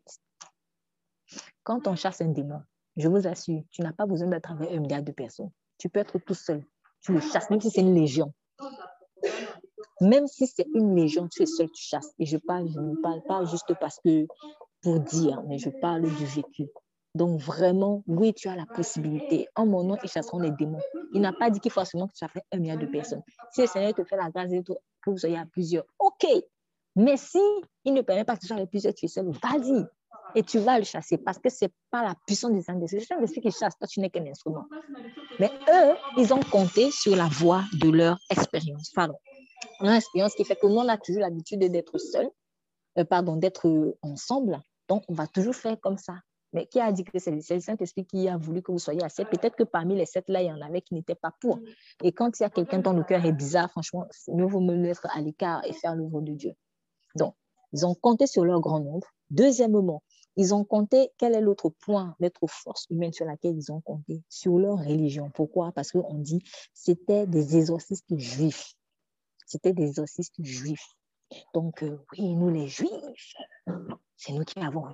Quand on chasse un démon, je vous assure, tu n'as pas besoin d'être avec un milliard de personnes. Tu peux être tout seul. Tu le chasses, même si c'est une légion. Même si c'est une légion, tu es seul, tu chasses. Et je, parle, je ne parle pas juste parce que pour dire, mais je parle du vécu. Donc vraiment, oui, tu as la possibilité. En mon nom, ils chasseront les démons. Il n'a pas dit qu'il faut absolument que tu fasses un milliard de personnes. Si le Seigneur te fait la grâce que vous soyez à plusieurs, ok. Mais si il ne permet pas que tu sois avec plusieurs, tu es seul, vas-y. Et tu vas le chasser parce que ce n'est pas la puissance des Saint-Esprit. C'est le Saint-Esprit qui chasse, toi, tu n'es qu'un instrument. Mais eux, ils ont compté sur la voie de leur expérience. Pardon. Leur expérience qui fait que nous, on a toujours l'habitude d'être seuls, euh, pardon, d'être ensemble. Donc, on va toujours faire comme ça. Mais qui a dit que c'est le Saint-Esprit qui a voulu que vous soyez à sept? Peut-être que parmi les sept là, il y en avait qui n'étaient pas pour. Et quand il y a quelqu'un dont le cœur est bizarre, franchement, mieux vaut me mettre à l'écart et faire l'œuvre de Dieu. Donc, ils ont compté sur leur grand nombre. Deuxièmement, ils ont compté, quel est l'autre point, l'autre force humaine sur laquelle ils ont compté? Sur leur religion. Pourquoi? Parce qu'on dit c'était des exorcistes juifs. C'était des exorcistes juifs. Donc, euh, oui, nous les juifs, c'est nous qui avons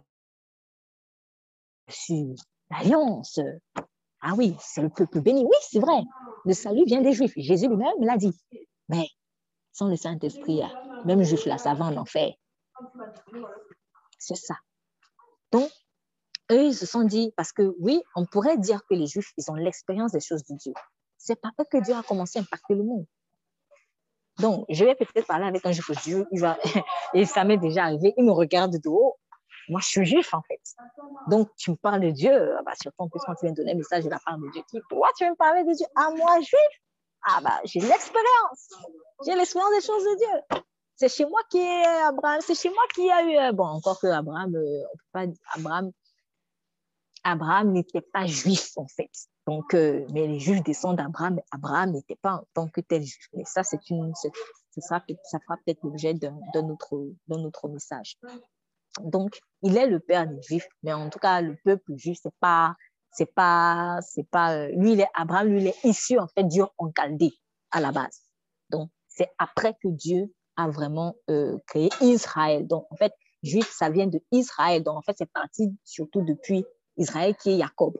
reçu l'alliance. Ah oui, c'est le peuple béni. Oui, c'est vrai. Le salut vient des juifs. Jésus lui-même l'a dit. Mais sans le Saint-Esprit, même juif là, ça va en enfer. C'est ça. Donc, eux, ils se sont dit, parce que oui, on pourrait dire que les Juifs, ils ont l'expérience des choses de Dieu. C'est par eux que Dieu a commencé à impacter le monde. Donc, je vais peut-être parler avec un Juif de Dieu, il va, et ça m'est déjà arrivé, il me regarde de haut. Moi, je suis Juif, en fait. Donc, tu me parles de Dieu, ah bah, surtout en plus quand tu viens donner un message de la part de Dieu. Toi, tu veux me parler de Dieu? Ah, moi, Juif? Ah, bah, j'ai l'expérience. J'ai l'expérience des choses de Dieu. C'est chez moi qui est Abraham, c'est chez moi qui a eu, bon, encore que Abraham, euh, on peut pas dire, Abraham, Abraham n'était pas juif, en fait. Donc, euh, mais les juifs descendent d'Abraham, mais Abraham n'était pas en tant que tel juif. Mais ça, c'est une, c'est, ça, sera, ça fera peut-être l'objet d'un, d'un, autre, d'un autre message. Donc, il est le père des juifs, mais en tout cas, le peuple juif, c'est pas, c'est pas, c'est pas, euh, lui, il est, Abraham, lui, il est issu, en fait, Dieu en Chaldée, à la base. Donc, c'est après que Dieu a vraiment euh, créé Israël. Donc, en fait, juif, ça vient de Israël. Donc, en fait, c'est parti surtout depuis Israël qui est Jacob.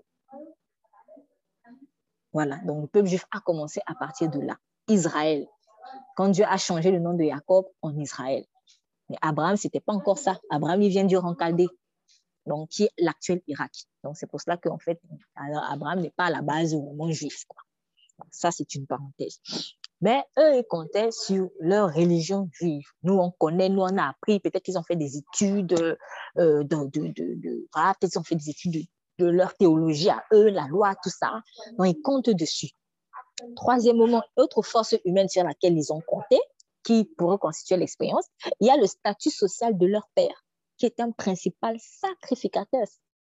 Voilà, donc le peuple juif a commencé à partir de là, Israël. Quand Dieu a changé le nom de Jacob en Israël. Mais Abraham, ce n'était pas encore ça. Abraham, il vient du en Chaldée, donc qui est l'actuel Irak. Donc c'est pour cela qu'en fait, Abraham n'est pas à la base vraiment juif, quoi. Donc, ça, c'est une parenthèse. Mais eux, ils comptaient sur leur religion juive. Nous, on connaît, nous, on a appris, peut-être qu'ils ont fait des études, euh, de, de, de, de, ah, peut-être qu'ils ont fait des études de, de leur théologie à eux, la loi, tout ça. Donc, ils comptent dessus. Troisièmement, autre force humaine sur laquelle ils ont compté, qui pourrait constituer l'expérience, il y a le statut social de leur père, qui est un principal sacrificateur.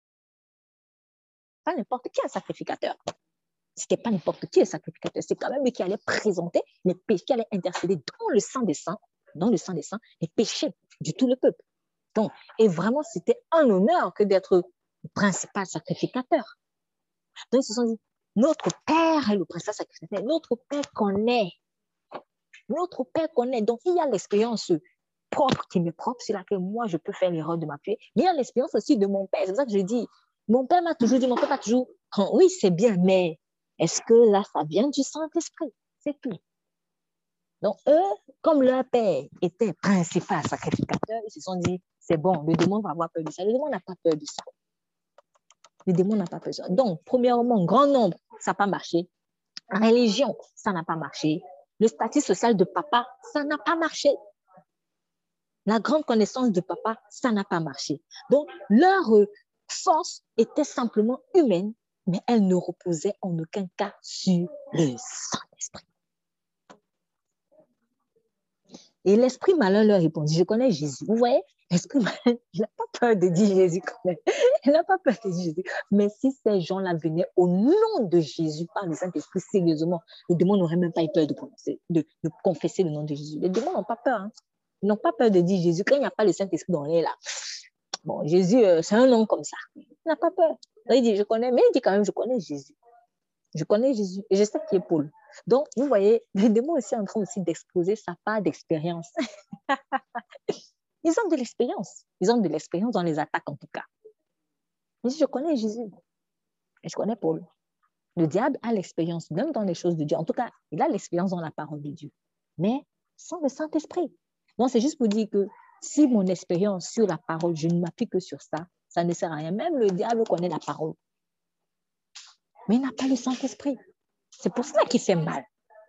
Pas n'importe qui est un sacrificateur. C'était pas n'importe qui est sacrificateur, c'est quand même lui qui allait présenter les péchés, qui allait intercéder dans le sang des saints, dans le sang des saints, les péchés de tout le peuple. Donc, et vraiment, c'était un honneur que d'être le principal sacrificateur. Donc, ils se sont dit, notre Père est le principal sacrificateur, notre Père connaît, notre Père connaît. Donc, il y a l'expérience propre qui m'est propre, sur laquelle moi, je peux faire l'erreur de m'appuyer, mais il y a l'expérience aussi de mon Père. C'est ça que je dis, Mon père m'a toujours dit, mon père m'a toujours, oui, c'est bien, mais est-ce que là, ça vient du Saint-Esprit? C'est tout. Donc, eux, comme leur père était principal sacrificateur, ils se sont dit, c'est bon, le démon va avoir peur de ça. Le démon n'a pas peur de ça. Le démon n'a pas peur de ça. Donc, premièrement, grand nombre, ça n'a pas marché. Religion, ça n'a pas marché. Le statut social de papa, ça n'a pas marché. La grande connaissance de papa, ça n'a pas marché. Donc, leur force était simplement humaine, mais elle ne reposait en aucun cas sur le Saint-Esprit. Et l'esprit malin leur répondit, je connais Jésus. Vous voyez, l'esprit malin, il n'a pas peur de dire Jésus quand même. Il n'a pas peur de dire Jésus. Mais si ces gens-là venaient au nom de Jésus par le Saint-Esprit sérieusement, les démons n'auraient même pas eu peur de, prononcer, de, de confesser le nom de Jésus. Les démons n'ont pas peur. Hein. Ils n'ont pas peur de dire Jésus. Quand il n'y a pas le Saint-Esprit dans l'air là, bon, Jésus, euh, c'est un nom comme ça. Il n'a pas peur. Là, il dit, je connais, mais il dit quand même, je connais Jésus. Je connais Jésus et je sais qui est Paul. Donc, vous voyez, les démons aussi en train aussi d'exposer sa part d'expérience. Ils ont de l'expérience. Ils ont de l'expérience dans les attaques en tout cas. Il dit, je connais Jésus et je connais Paul. Le diable a l'expérience, même dans les choses de Dieu. En tout cas, il a l'expérience dans la parole de Dieu. Mais sans le Saint-Esprit. Donc, c'est juste pour dire que si mon expérience sur la parole, je ne m'appuie que sur ça, ça ne sert à rien. Même le diable connaît la parole. Mais il n'a pas le Saint-Esprit. C'est pour ça qu'il fait mal.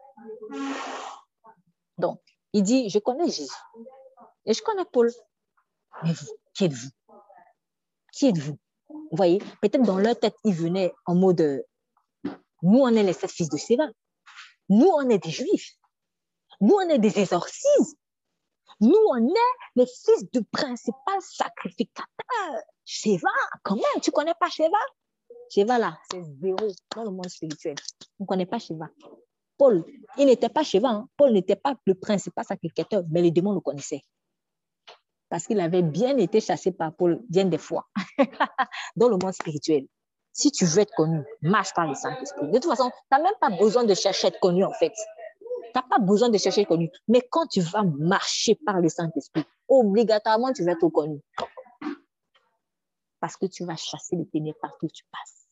Donc, il dit, je connais Jésus. Et je connais Paul. Mais vous, qui êtes-vous? Qui êtes-vous? Vous voyez, peut-être dans leur tête, ils venaient en mode, nous, on est les sept fils de Séva. Nous, on est des Juifs. Nous, on est des exorcistes. Nous, on est les fils du principal sacrificateur. Sheva, comment? Tu ne connais pas Sheva? Sheva, là, c'est zéro dans le monde spirituel. On ne connaît pas Sheva. Paul, il n'était pas Sheva. Hein. Paul n'était pas le principal sacrificateur, mais les démons le connaissaient. Parce qu'il avait bien été chassé par Paul bien des fois dans le monde spirituel. Si tu veux être connu, marche par le Saint-Esprit. De toute façon, tu n'as même pas besoin de chercher à être connu en fait. Tu n'as pas besoin de chercher à être connu. Mais quand tu vas marcher par le Saint-Esprit, obligatoirement, tu vas être connu. Parce que tu vas chasser les ténèbres partout où tu passes.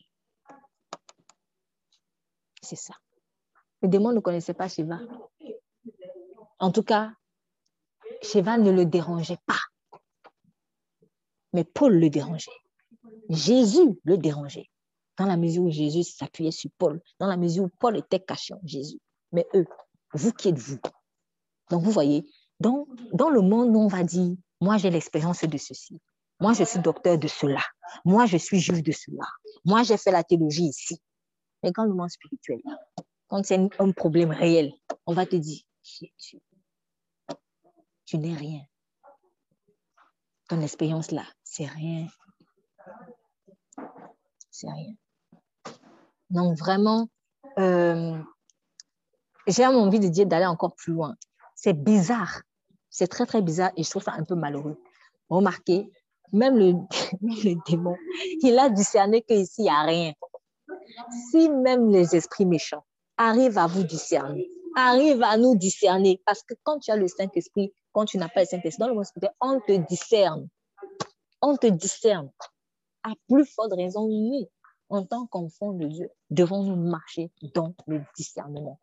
C'est ça. Les démons ne connaissaient pas Sheva. En tout cas, Sheva ne le dérangeait pas. Mais Paul le dérangeait. Jésus le dérangeait. Dans la mesure où Jésus s'appuyait sur Paul. Dans la mesure où Paul était caché en Jésus. Mais eux, vous qui êtes-vous? Donc, vous voyez, dans, dans le monde, on va dire, moi, j'ai l'expérience de ceci. Moi, je suis docteur de cela. Moi, je suis juge de cela. Moi, j'ai fait la théologie ici. Mais quand le monde spirituel, quand c'est un, un problème réel, on va te dire, tu, tu n'es rien. Ton expérience là, c'est rien. C'est rien. Donc, vraiment, euh, j'ai envie de dire d'aller encore plus loin. C'est bizarre. C'est très, très bizarre et je trouve ça un peu malheureux. Remarquez, même le, le démon, il a discerné qu'ici, il n'y a rien. Si même les esprits méchants arrivent à vous discerner, arrivent à nous discerner, parce que quand tu as le Saint-Esprit, quand tu n'as pas le Saint-Esprit, dans le monde spirituel, on te discerne. On te discerne. À plus forte raison, nous, en tant qu'enfants de Dieu, devons-nous marcher dans le discernement.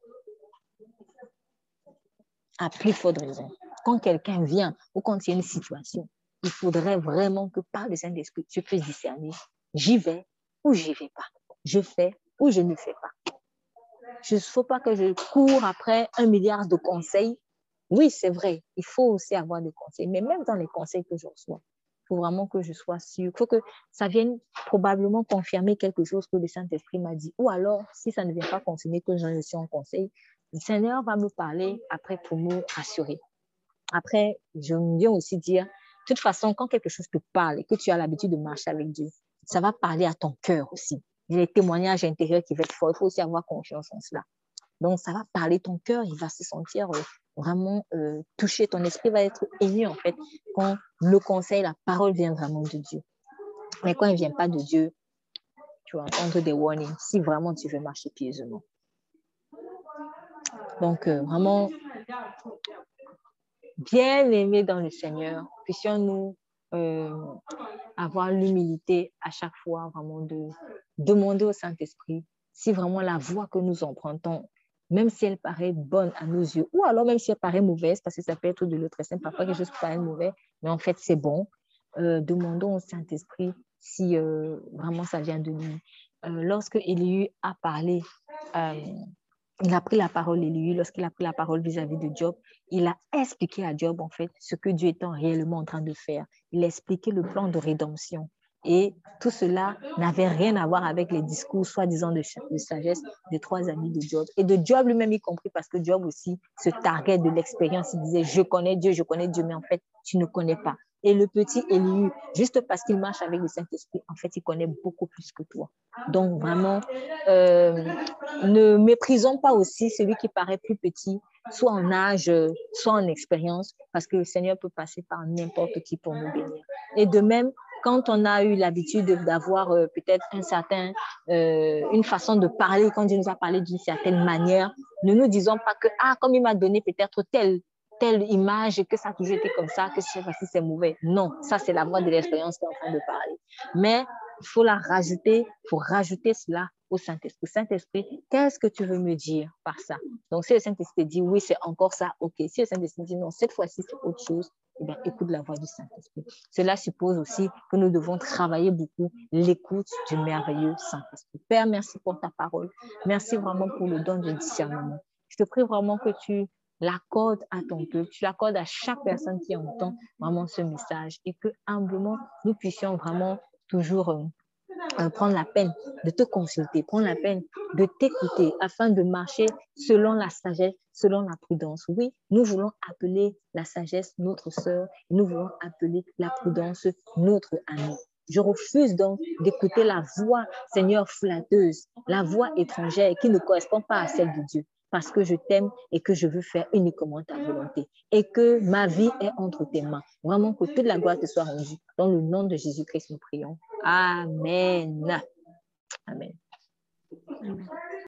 À plus forte raison. Quand quelqu'un vient ou quand il y a une situation, il faudrait vraiment que par le Saint-Esprit, tu puisses discerner. J'y vais ou j'y vais pas. Je fais ou je ne fais pas. Il ne faut pas que je cours après un milliard de conseils. Oui, c'est vrai, il faut aussi avoir des conseils. Mais même dans les conseils que je reçois, il faut vraiment que je sois sûre. Il faut que ça vienne probablement confirmer quelque chose que le Saint-Esprit m'a dit. Ou alors, si ça ne vient pas confirmer que j'en suis en conseil, le Seigneur va me parler après pour me rassurer. Après, je viens aussi dire, de toute façon, quand quelque chose te parle et que tu as l'habitude de marcher avec Dieu, ça va parler à ton cœur aussi. Il y a les témoignages intérieurs qui vont être forts. Il faut aussi avoir confiance en cela. Donc, ça va parler ton cœur. Il va se sentir euh, vraiment euh, touché. Ton esprit va être ému, en fait, quand le conseil, la parole vient vraiment de Dieu. Mais quand elle ne vient pas de Dieu, tu vas entendre des warnings si vraiment tu veux marcher pieusement. Donc, euh, vraiment, bien aimés dans le Seigneur, puissions-nous euh, avoir l'humilité à chaque fois, vraiment de demander au Saint-Esprit si vraiment la voie que nous empruntons, même si elle paraît bonne à nos yeux, ou alors même si elle paraît mauvaise, parce que ça peut être de l'autre simple, parfois quelque chose qui paraît mauvais, mais en fait c'est bon. Euh, demandons au Saint-Esprit si euh, vraiment ça vient de lui. Euh, lorsque Élie a parlé, euh, il a pris la parole, Élie, lorsqu'il a pris la parole vis-à-vis de Job, il a expliqué à Job, en fait, ce que Dieu était réellement en train de faire. Il a expliqué le plan de rédemption. Et tout cela n'avait rien à voir avec les discours soi-disant de, de sagesse des trois amis de Job. Et de Job lui-même y compris, parce que Job aussi se targuait de l'expérience. Il disait, je connais Dieu, je connais Dieu, mais en fait, tu ne connais pas. Et le petit Élie, juste parce qu'il marche avec le Saint-Esprit, en fait, il connaît beaucoup plus que toi. Donc, vraiment, euh, ne méprisons pas aussi celui qui paraît plus petit, soit en âge, soit en expérience, parce que le Seigneur peut passer par n'importe qui pour nous bénir. Et de même, quand on a eu l'habitude d'avoir euh, peut-être un certain, euh, une façon de parler, quand Dieu nous a parlé d'une certaine manière, ne nous disons pas que, ah, comme il m'a donné peut-être telle, telle image, que ça a toujours été comme ça, que cette fois-ci c'est mauvais. Non, ça c'est la voix de l'expérience qui est en train de parler. Mais il faut la rajouter, il faut rajouter cela au Saint-Esprit. Saint-Esprit, qu'est-ce que tu veux me dire par ça? Donc, si le Saint-Esprit dit oui, c'est encore ça, ok. Si le Saint-Esprit dit non, cette fois-ci, c'est autre chose, eh bien, écoute la voix du Saint-Esprit. Cela suppose aussi que nous devons travailler beaucoup l'écoute du merveilleux Saint-Esprit. Père, merci pour ta parole. Merci vraiment pour le don du discernement. Je te prie vraiment que tu l'accordes à ton peuple, tu l'accordes à chaque personne qui entend vraiment ce message et que humblement, nous puissions vraiment toujours euh, euh, prendre la peine de te consulter, prendre la peine de t'écouter afin de marcher selon la sagesse, selon la prudence. Oui, nous voulons appeler la sagesse notre sœur, nous voulons appeler la prudence notre amie. Je refuse donc d'écouter la voix, Seigneur, flatteuse, la voix étrangère qui ne correspond pas à celle de Dieu, parce que je t'aime et que je veux faire uniquement ta volonté et que ma vie est entre tes mains. Vraiment que toute la gloire te soit rendue. Dans le nom de Jésus-Christ, nous prions. Amen. Amen. Amen.